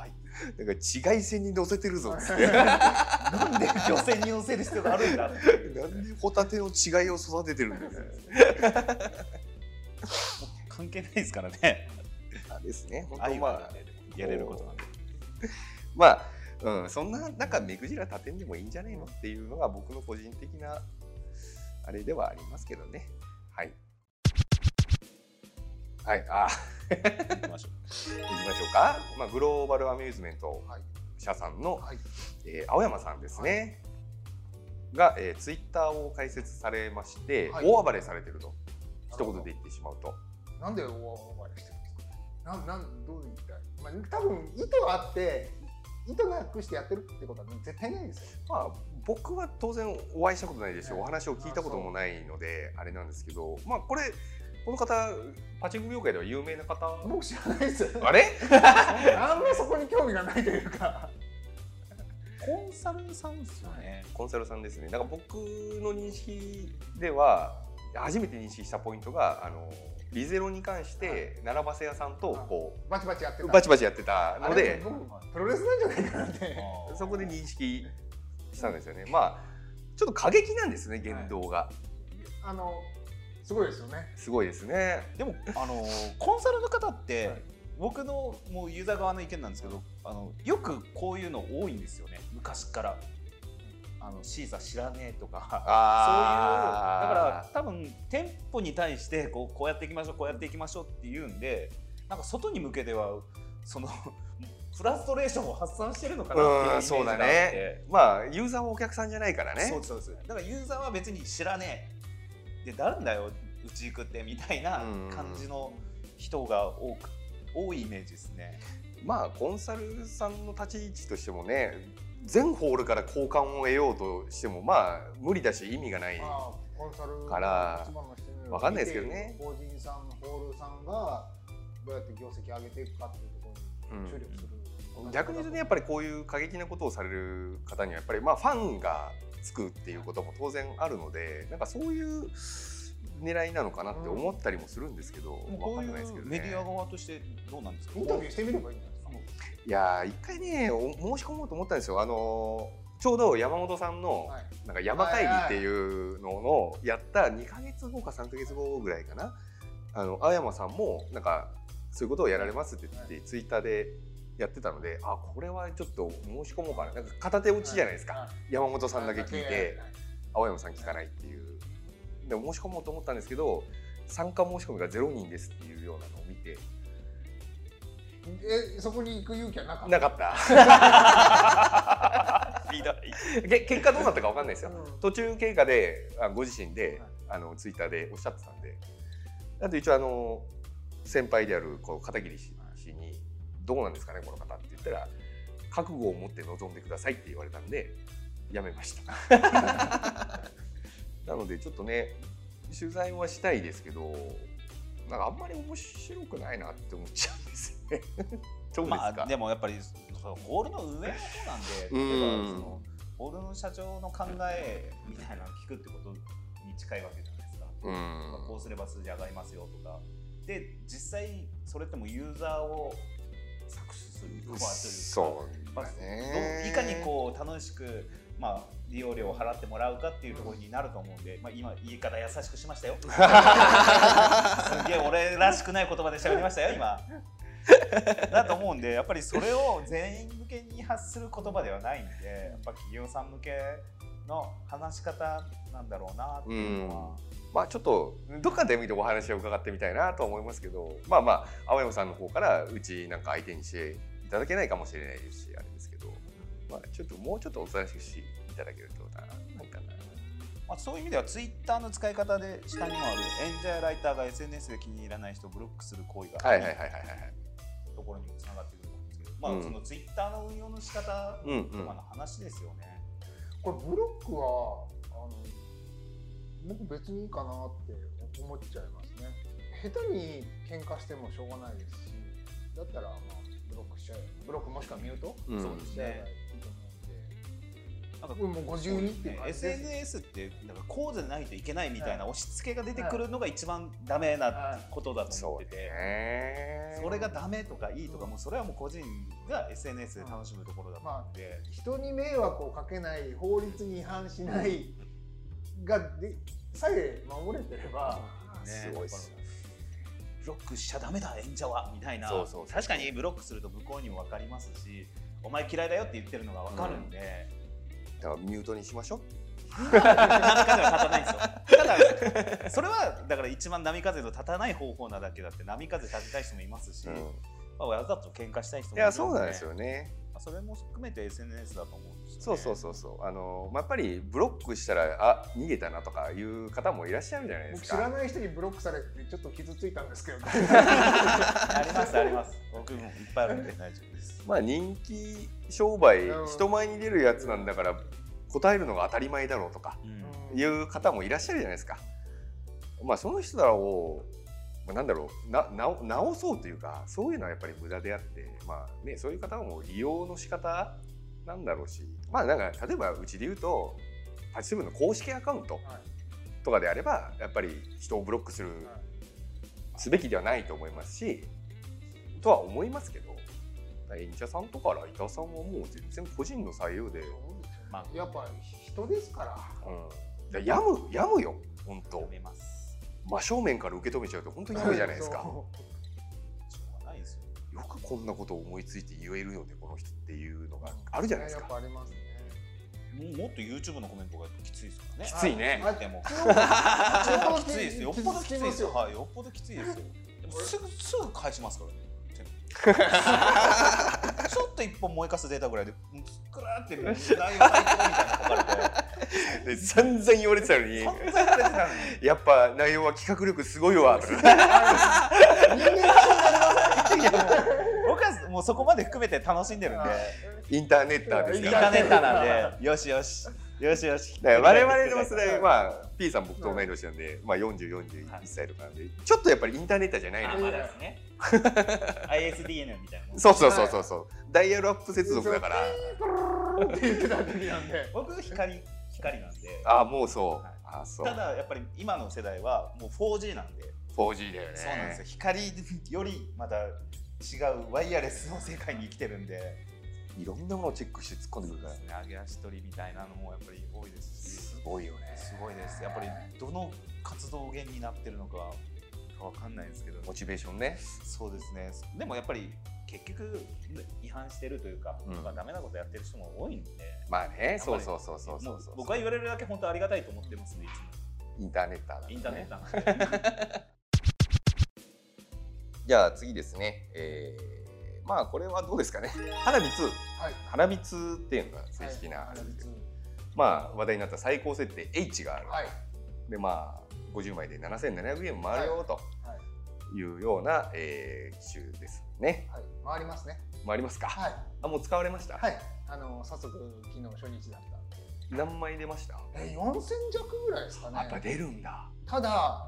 なんか紫外線に乗せてるぞっつってなんで漁船に乗せる必要があるんだって。 なんでホタテの稚貝を育ててるんです関係ないですからね。 あですね、本当まあやれることなんで。 まあ、そんな中目くじら立てんでもいいんじゃないのっていうのが僕の個人的なあれではありますけどね。はい。はい、行きましょうか。まあ、グローバルアミューズメント社さんの、青山さんですね、が、ツイッターを開設されまして、大暴れされてると一言で言ってしまうと。 なんで大暴れしてるんですか。どういう意味、まあ、多分意図があって意図なくしてやってるってことは絶対ないですよ。 まあ僕は当然お会いしたことないですし、お話を聞いたこともないのであれなんですけど、まあこの方パチンコ業界では有名な方。 僕知らないですよ。 あれ？ あんまそこに興味がないというか。 コンサルさんですよね。 コンサルさんですね。だから僕の認識では初めて認識したポイントがリゼロに関して並ばせ屋さんとこうバチバチやってたので、 プロレスなんじゃないかなってそこで認識したんですよね。まあちょっと過激なんですね、言動が。 すごいですよね。 すごいですね。 でもコンサルの方って、僕のもうユーザー側の意見なんですけど、よくこういうの多いんですよね、昔から。シーザー知らねえとか、そういうだから多分店舗に対してこうやっていきましょう、こうやっていきましょうっていうんで、なんか外に向けてはそのフラストレーションを発散してるのかなっていうイメージがあって。 そうだね。まあユーザーはお客さんじゃないからね。 そうです。だからユーザーは別に知らねえで、誰だようち行くってみたいな感じの人が多いイメージですね。 まあコンサルさんの立ち位置としてもね、全ホールから交換を得ようとしてもまあ無理だし意味がないから分かんないですけどね。 法人さん、ホールさんがどうやって業績上げていくかっていうところに注力する。 逆に言うとね、やっぱりこういう過激なことをされる方にはやっぱりまあファンがつくっていうことも当然あるので、なんかそういう狙いなのかなって思ったりもするんですけど、 こういうメディア側としてどうなんですか。 インタビューしてみればいいんじゃないですか。 いや一回ね申し込もうと思ったんですよ。ちょうど山本さんのなんか山会議っていうのをやった2ヶ月後か3ヶ月後ぐらいかな、青山さんもなんかそういうことをやられますって言ってツイッターでやってたので、これはちょっと申し込もうかな。なんか片手落ちじゃないですか。山本さんだけ聞いて青山さん聞かないっていう。でも申し込もうと思ったんですけど、参加申し込みが0人ですっていうようなのを見て、 そこに行く勇気はなかった。 なかった。結果どうなったか分かんないですよ。途中経過でご自身でツイッターでおっしゃってたんで、あと一応先輩である片桐氏にどうなんですかねこの方って言ったら、覚悟を持って臨んでくださいって言われたんでやめました。なのでちょっとね取材はしたいですけど、なんかあんまり面白くないなって思っちゃうんですよね。どうですか。 でもやっぱりホールの運営もそうなんで、例えばそのホールの社長の考えみたいなのを聞くってことに近いわけじゃないですか。こうすれば数字上がりますよとかで、実際それってもユーザーを搾取する側というか、 そうね、 いかにこう楽しく利用料を払ってもらうかっていうところになると思うんで、今言い方優しくしましたよ。すげえ俺らしくない言葉で喋りましたよ今。だと思うんで、やっぱりそれを全員向けに発する言葉ではないんで、やっぱ企業さん向けの話し方なんだろうなっていうのは、 ちょっとどっかで見てお話を伺ってみたいなと思いますけど、青山さんの方からうちなんか相手にしていただけないかもしれないですしあれですけど、ちょっともうちょっとおとなしくしていただけるとなんかな。 そういう意味ではツイッターの使い方で下にもある演者やライターが SNS で気に入らない人をブロックする行為がところにもつながってくると思うんですけど、そのツイッターの運用の仕方とかの話ですよね。 これブロックは僕別にいいかなって思っちゃいますね。下手に喧嘩してもしょうがないですし、だったらブロックしちゃえ、ブロックもしくはミュート、そうですね、いいと思うんで、 もう52っていう感じです。 SNS ってだからこうじゃないといけないみたいな押し付けが出てくるのが一番ダメなことだと思ってて、それがダメとかいいとかもうそれはもう個人が SNS で楽しむところだと思って、 人に迷惑をかけない、法律に違反しないがでさえ守れてれば、 すごいですよ。 ブロックしちゃダメだ演者はみたいな。確かにブロックすると向こうにも分かりますし、お前嫌いだよって言ってるのが分かるんで、 だからミュートにしましょう。 波風は立たないんですよ。ただそれはだから一番波風の立たない方法なだけだって、波風立てたい人もいますし、わざと喧嘩したい人もいるので、 いやそうなんですよね。 それも含めて SNS だと思うんですよね。そうやっぱりブロックしたら逃げたなとかいう方もいらっしゃるじゃないですか。 僕知らない人にブロックされてちょっと傷ついたんですけどありますあります。僕もいっぱいあるんで大丈夫です。 まあ人気商売、人前に出るやつなんだから答えるのが当たり前だろうとかいう方もいらっしゃるじゃないですか。まあその人らをなんだろう直そうというか、そういうのはやっぱり無駄であって、まあね、そういう方も利用の仕方なんだろうし、まあなんか例えばうちで言うと87の公式アカウントとかであればやっぱり人をブロックすべきではないと思いますし、とは思いますけど、演者さんとかライターさんはもう全然個人の採用で、 やっぱ人ですから、 やむよ本当。真正面から受け止めちゃうと本当にやむじゃないですか。しょうがないですよ。よくこんなことを思いついて言えるよねこの人っていうのがあるじゃないですか。 やっぱありますね。 もっと YouTube のコメントがきついですからね。 きついね。 でもきついですよ。よっぽどきついですよ。はい、よっぽどきついですよ。でもすぐ返しますからね。ちょっと一本燃えかすデータぐらいでくらーって内容最高みたいな書かれて散々言われてたのに、やっぱ内容は企画力すごいわとか僕はもうそこまで含めて楽しんでるんで、 インターネッターですから、 インターネッターなんでよしよしよしよし。 我々の世代は P さん僕と同い年なんで、まあ40、41歳とかなんで、ちょっとやっぱりインターネッターじゃないので、 ISDN みたいな。 そう、ダイヤルアップ接続だから。 って言ってた時なんで、 僕光なんで。 あ、もうそう。 ただやっぱり今の世代はもう 4G なんで。 4G だよね。 そうなんですよ。光よりまた違うワイヤレスの世界に生きてるんで。 いろんなものをチェックして突っ込んでくるからね。 揚げ足取りみたいなのもやっぱり多いですし、 すごいよね。 すごいです。やっぱりどの活動源になってるのかわかんないですけど、 モチベーションね。 そうですね。でもやっぱり結局違反してるというか、ダメなことやってる人も多いんで。 まあね、そう。 僕は言われるだけ本当ありがたいと思ってますね、いつも。 インターネッターなんで。 インターネッターなんで。 じゃあ次ですね。まあこれはどうですかね。花火2、花火2っていうのが正式な、まあ話題になった最高設定 H がある。でまあ50枚で7700円回るよというような機種ですね。 回りますね。 回りますか。あ、もう使われました。 はい。早速昨日初日だった。 何枚出ました ？4000弱ぐらいですかね。 やっぱ出るんだ。 ただ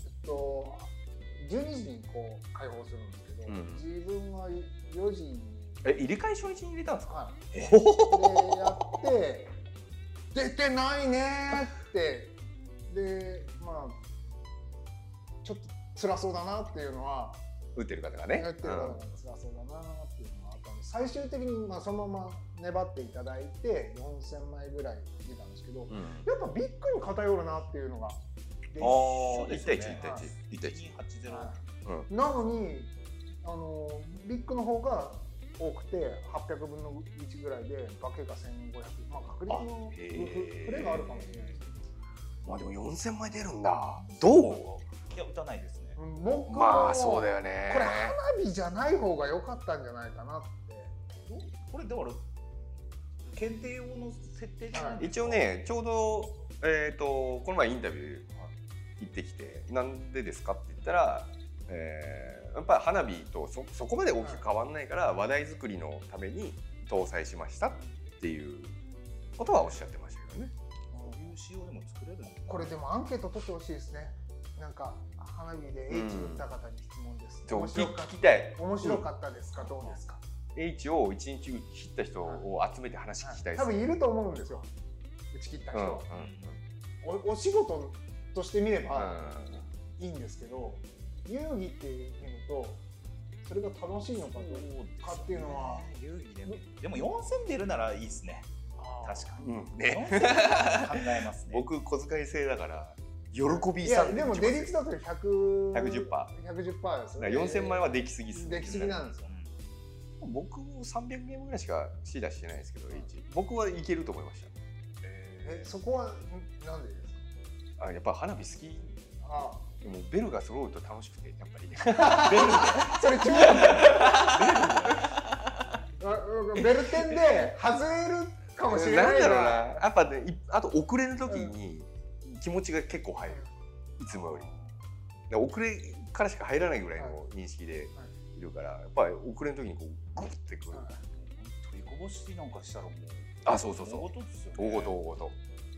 12時にこう開放するんですけど、自分は4時に入れ替え初日に入れたんですか？ でやって出てないねってでまあちょっと辛そうだなっていうのは打ってる方がね。 打ってる方が辛そうだなっていうのはあったんで、最終的にまあそのまま粘っていただいて4000枚ぐらい出たんですけど、やっぱビッグに偏るなっていうのが。 1対1、1対 1。なのにビッグの方が多くて800分の1ぐらいでバケが1500、まあ確率のフレがあるかもしれないですけど、 まあでも4000枚出るんだ。どう？ いや打たないですね。 まあそうだよね。 これ花火じゃない方が良かったんじゃないかなって。 これだから検定用の設定じゃない？ 一応ね、ちょうどこの前インタビュー行ってきて、なんでですかって言ったら、やっぱり花火とそこまで大きく変わらないから話題作りのために搭載しましたっていうことはおっしゃってましたけどね。 こういう仕様でも作れるの？ これでもアンケート取ってほしいですね。なんか花火で H 打った方に質問です。 聞きたい。 面白かったですか？どうですか？ H を1日切った人を集めて話聞きたいです。 多分いると思うんですよ。 打ち切った人は、お仕事として見ればいいんですけど、遊戯っていうのとそれが楽しいのかどうかっていうのは、 遊戯でも4戦出るならいいですね。確かに、 ね、 考えますね。 僕小遣い制だから喜びさんでも出率だと 110% ですよね。 4000枚はできすぎっすね。できすぎなんですよ。 僕も300ゲームぐらいしかシダしてないですけど、僕はいけると思いました。 そこはなんでですか？ やっぱ花火好き。でもベルが揃うと楽しくて、やっぱりベルでそれ違う。ベルテンで外れるかもしれないから、 やっぱね、あと遅れる時に気持ちが結構入る、いつもより。遅れからしか入らないぐらいの認識でいるから、やっぱり遅れの時にこうグッてくる。 取りこぼしなんかしたらもう、 そうそうそう、大事。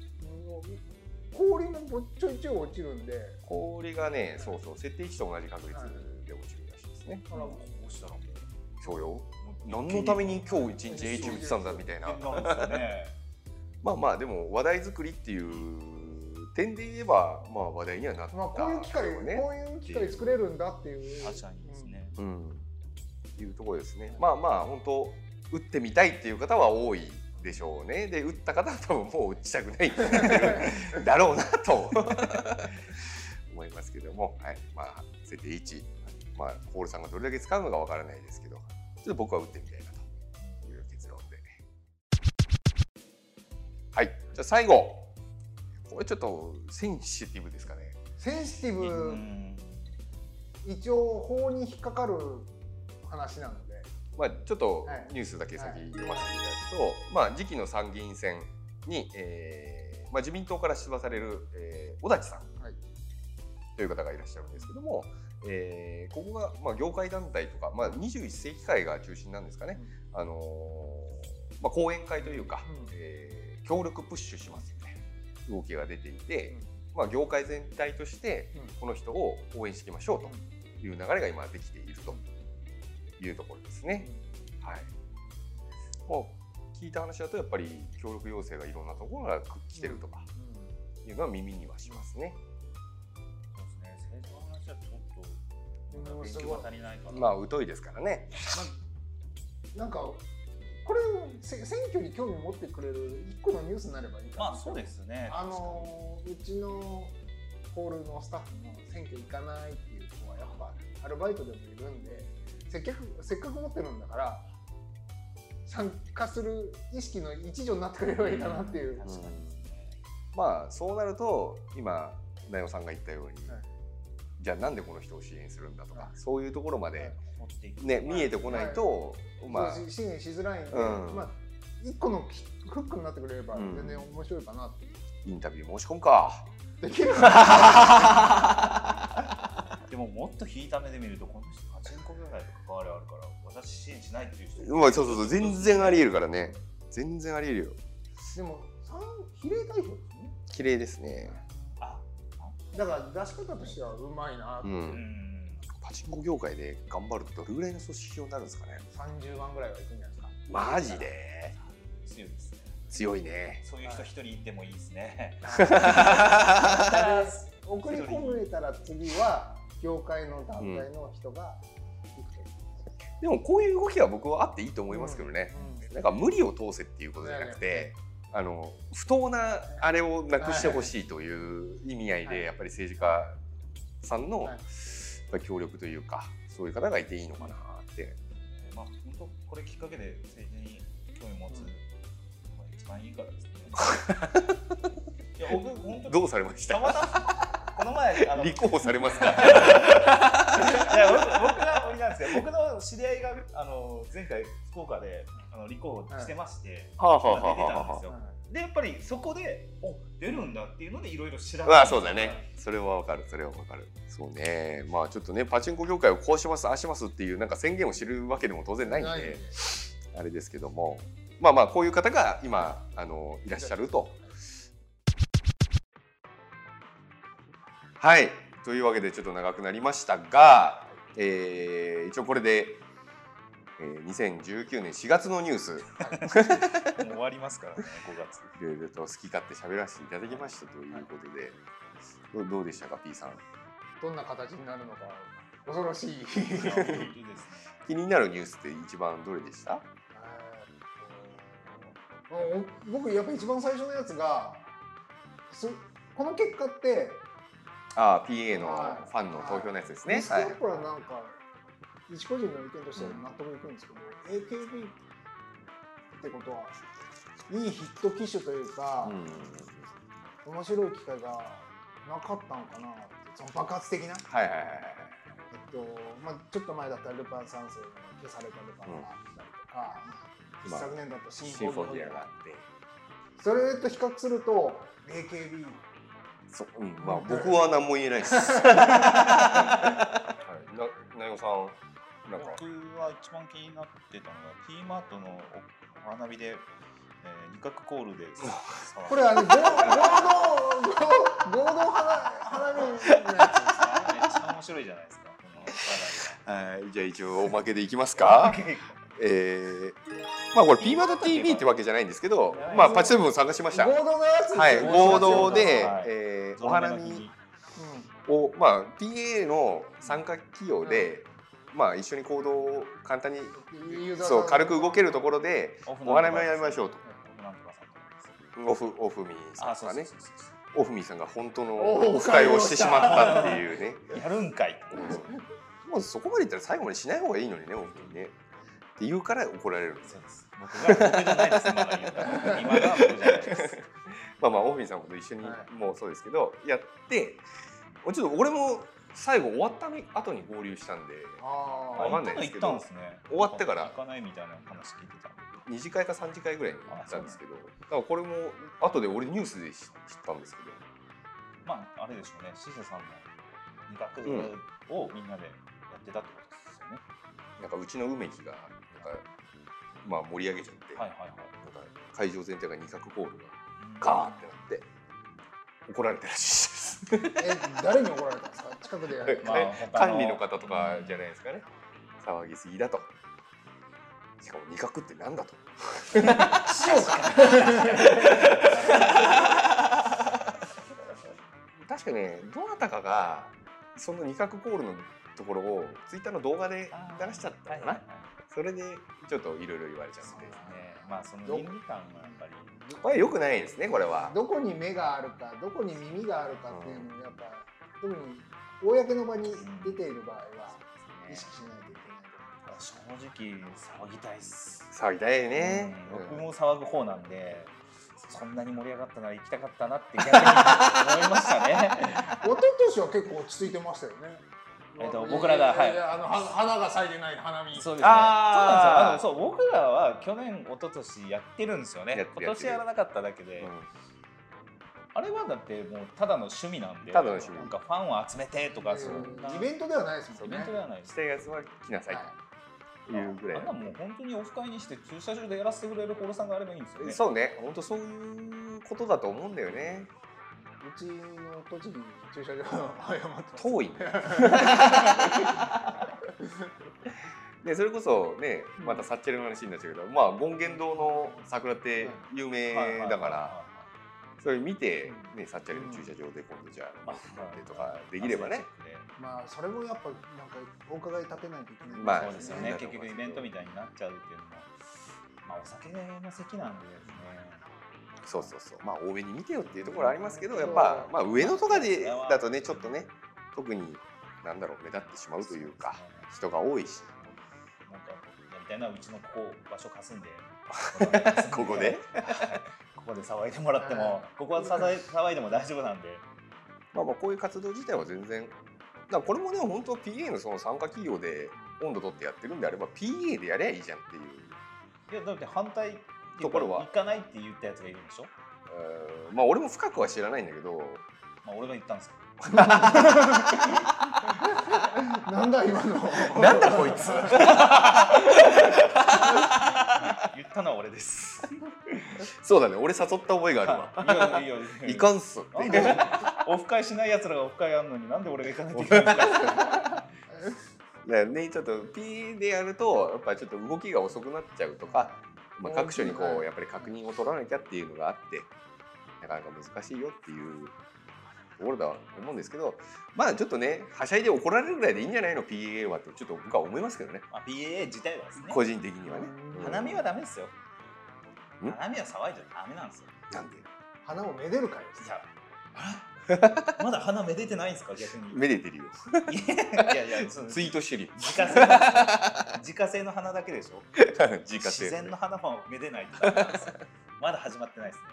氷もちょいちょい落ちるんで、 氷がね、そうそう、設定値と同じ確率で落ちるらしいですね。 こうしたらもう、 そうよ。何のために今日一日 H 打ってたんだみたいな。まあまあでも話題作りっていう点で言えば、まあ話題にはなった。 こういう機会作れるんだっていう。 確かにですね。 いうところですね。まあまあ本当打ってみたいっていう方は多いでしょうね。で打った方は多分もう打ちたくないってなってるだろうなと思いますけども、はい、まあ設定1、まあコールさんがどれだけ使うのかわからないですけど、ちょっと僕は打ってみたいなという結論で。はい、じゃあ最後、これちょっとセンシティブですかね。 センシティブ、一応法に引っかかる話なので、 まあちょっとニュースだけ先読ませていただくと、まあ次期の参議院選に、まあ自民党から出馬される、小立さんという方がいらっしゃるんですけども、ここがまあ業界団体とか、まあ21世紀会が中心なんですかね。まあ講演会というか、協力プッシュしますみたいな動きが出ていて、まあ業界全体としてこの人を応援していきましょうという流れが今できているというところですね。はい。もう聞いた話だとやっぱり協力要請がいろんなところから来てるとかいうのは耳にはしますね。 そうですね。政治の話はちょっと勉強が足りないかな。 まあ疎いですからね。 なんかこれ選挙に興味を持ってくれる一個のニュースになればいいかな。 まあそうですね。 うちのホールのスタッフも選挙行かないっていう子はやっぱアルバイトでもいるんで、せっかく持ってるんだから参加する意識の一助になってくれればいいかなっていう。確かにまあそうなると今ナヨさんが言ったように、じゃあなんでこの人を支援するんだとか、そういうところまでね見えてこないと、まあ支援しづらいんで、まあ一個のフックになってくれれば全然面白いかなっていう。 インタビュー申し込むか。 できる。 でももっと引いた目で見るとこの人パチンコ業界と関わりあるから私支援しないっていう人。 そう全然ありえるからね。全然ありえるよ。 でも比例代表ですね。 綺麗ですね。 だから出し方としてはうまいなって。 パチンコ業界で頑張るとどれぐらいの組織票になるんですかね。 30万ぐらいはいくんじゃないですか。 マジで。 強いですね。 強いね。 そういう人一人いてもいいですね。 送り込めたら次は業界の団体の人が行くと。 でもこういう動きは僕はあっていいと思いますけどね。なんか無理を通せっていうことじゃなくて、不当なあれをなくしてほしいという意味合いでやっぱり政治家さんの協力というか、そういう方がいていいのかなって。 まあ本当これきっかけで政治に興味持つのが一番いいからですね。いや僕本当どうされました？ この前立候補されますか？いや僕が俺なんですよ。僕の知り合いが前回福岡で立候補してまして、出てたんですよ。でやっぱりそこで出るんだっていうのでいろいろ調べて。 そうだね。それはわかる。そうね。まあちょっとねパチンコ業界をこうしますああしますっていうなんか宣言を知るわけでも当然ないんであれですけども、まあこういう方が今いらっしゃると。はい。というわけでちょっと長くなりましたが、一応これで 2019年4月のニュース、もう終わりますからね、5月。 いろいろと好き勝手喋らせていただきましたということで、どうでしたか P さん。 どんな形になるのか恐ろしい気になるニュースって一番どれでした？ 僕やっぱ一番最初のやつがこの結果って PA のファンの投票のやつですね。 ミスタープラなんか一個人の意見としては納得いくんですけど、AKB ってことはいいヒット機種というか、面白い機会がなかったのかなって、その爆発的な。ちょっと前だったらルパン三世の消されたルパンがあったりとか、一昨年だとシンフォギアがあって、それと比較すると AKB、 僕は何も言えないです。なよさん。 僕は一番気になってたのが T マートのお花火で、二角コールでこれ合同花火のやつですか？ めっちゃ面白いじゃないですか、この話題が。じゃあ一応おまけでいきますか。これ P マート TV ってわけじゃないんですけど、パチセブン探しました。 合同のやつですね。合同で、お花見をPA の参加企業で。一緒に行動を簡単に軽く動けるところでお花見をやりましょうと。オフミさんがね、オフミさんが本当のオフ会をしてしまったっていうね。 やるんかい。 もうそこまで言ったら最後までしない方がいいのにね、本当にね。って言うから怒られるんですよ。 僕じゃないです。まだ言うから。今が僕じゃないです。 オフミさんと一緒にもそうですけどやって、ちょっと俺も。最後終わった後に合流したんで分かんないですけど、終わってから行かないみたいな話聞いてた。 2次会か3次会ぐらいに行ったんですけど、だからこれも後で俺ニュースで知ったんですけど、 あれでしょうね、シセさんの二角をみんなでやってたってことですよね。 なんかうちの梅木が盛り上げちゃって、なんか会場全体が二角コールがガーってなって怒られたらしいです。 誰に怒られたんですか？近くでやる管理の方とかじゃないですかね。騒ぎすぎだと。しかも二角ってなんだと。確かね、どなたかがその二角コールのところをツイッターの動画で流しちゃったかな。それでちょっといろいろ言われちゃって。 その倫理観がやっぱりこれ良くないですね。これはどこに目があるか、どこに耳があるかっていうのをやっぱ特に公の場に出ている場合は意識しないといけない。 正直騒ぎたいっす。 騒ぎたいね。 僕も騒ぐ方なんで、そんなに盛り上がったなら行きたかったなって逆に思いましたね。 一昨年は結構落ち着いてましたよね。 僕らが花が咲いてない花見。 そうですね。そうなんですよ。僕らは去年一昨年やってるんですよね。今年やらなかっただけで。あれはだってもうただの趣味なんで、なんかファンを集めてとかイベントではないですもんね。 イベントではない。 したいやつは来なさいというぐらい。 あんなもう本当にオフ会にして駐車場でやらせてくれるホールさんがあればいいんですよね。 そうね。本当そういうことだと思うんだよね。 うちの栃木駐車場遠いでそれこそね、またサッチェルの話になっちゃうけど、権現堂の桜って有名だからそれ見て、サッチェルの駐車場で今度じゃあとかできればね、 それもやっぱなんかお伺い立てないといけない。 そうですよね。結局イベントみたいになっちゃうっていうのも、お酒の席なんでですね。 そう多めに見てよっていうところありますけど、やっぱ上野とかでだとね、ちょっとね、特に目立ってしまうというか、人が多いし、 なんかやりたいな、うちのここ場所貸すんでここでここで騒いでもらっても、ここは騒いでも大丈夫なんで、 こういう活動自体は全然、これもね、本当は PA のその参加企業で温度取ってやってるんであれば PA でやりゃいいじゃんっていう。 いやだって反対ところは行かないって言ったやつがいるんでしょ。 俺も深くは知らないんだけど、 俺が言ったんですけど。 なんだ今の。 なんだこいつ。 言ったのは俺です。 そうだね、俺誘った覚えがあるわ。いかんっす。 オフ会しない奴らがオフ会あんのになんで俺が行かないといけないんですか。 ね、ちょっと P でやるとやっぱりちょっと動きが遅くなっちゃうとか、まあ、各所にこうやっぱり確認を取らなきゃっていうのがあってなかなか難しいよっていうところだと思うんですけど、まあちょっとねはしゃいで怒られるぐらいでいいんじゃないの PA はってちょっと僕は思いますけどね。 PA 自体はですね、 個人的にはね。 花見はダメですよ。花見は騒いじゃダメなんですよ。 なんで？ 花をめでる会です。 いやまだ花めでてないんですか逆に。 めでてるよ。 いやツイートしてるよ。 自家製の花だけでしょ。自然の花はめでないとダメなんですよ。まだ始まってないですね。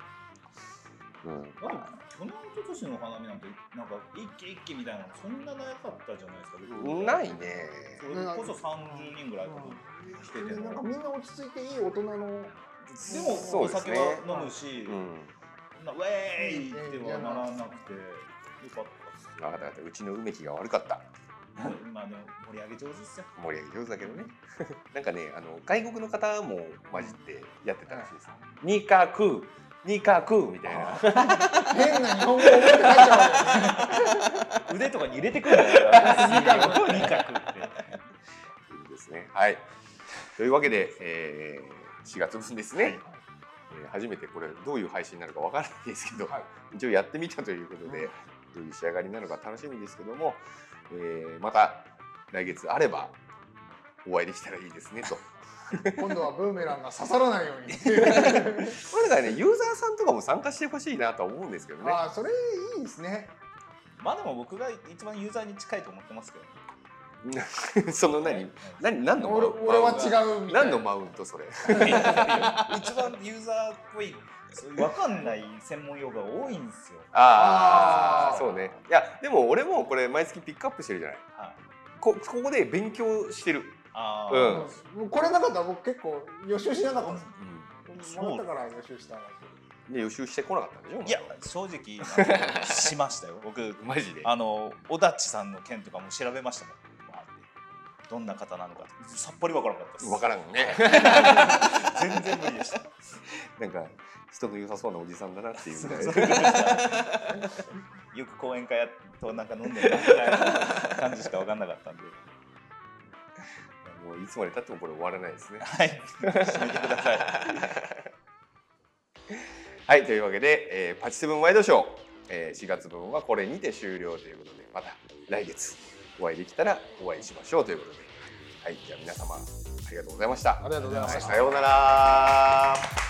去年おととしの花見なんてなんか一気みたいなのそんななかったじゃないですか。 ないね。 それこそ30人ぐらい来てて、 なんかみんな落ち着いていい大人の。でもお酒は飲むし、ウェーイってはならなくてよかった。 うちの梅木が悪かった。 まあでも盛り上げ上手ですよ。 盛り上げ上手だけどね。なんかね外国の方も混じってやってたらしいです。ニカクみたいな。 変な日本語を覚えて書いちゃう。腕とかに入れてくるんだよ。ニカクって。いいですね。はい。というわけで、4月分ですね。初めてこれどういう配信になるかわからないですけど、一応やってみたということでどういう仕上がりになるか楽しみですけども、また来月あればお会いできたらいいですねと。 今度はブーメランが刺さらないように。これだからねユーザーさんとかも参加してほしいなと思うんですけどね。 それいいですね。 まあでも僕が一番ユーザーに近いと思ってますけど。 その何の俺は違うみたいな。 何のマウントそれ。 一番ユーザーっぽい分かんない専門用語が多いんですよ。 そうね。いやでも俺もこれ毎月ピックアップしてるじゃない。ここで勉強してる。 これなかったら僕結構予習しなかったんですよ。もらったから予習したんですけど。 で予習してこなかったんでしょ。 いや正直しましたよ。僕マジでオダッチさんの件とかも調べましたもん。どんな方なのかさっぱり分からなかったです。 分からんね。 全然無理でした。 なんか人の良さそうなおじさんだなっていうぐらい。 よく講演会となんか飲んでるみたいな感じしか分かんなかったんで。 もういつまで経ってもこれ終わらないですね。 はい。締めてください。 はい、というわけで、パチセブンワイドショー、4月分はこれにて終了ということで、また来月お会いできたらお会いしましょうということで、はい、じゃあ皆様ありがとうございました。 ありがとうございました。 さようなら。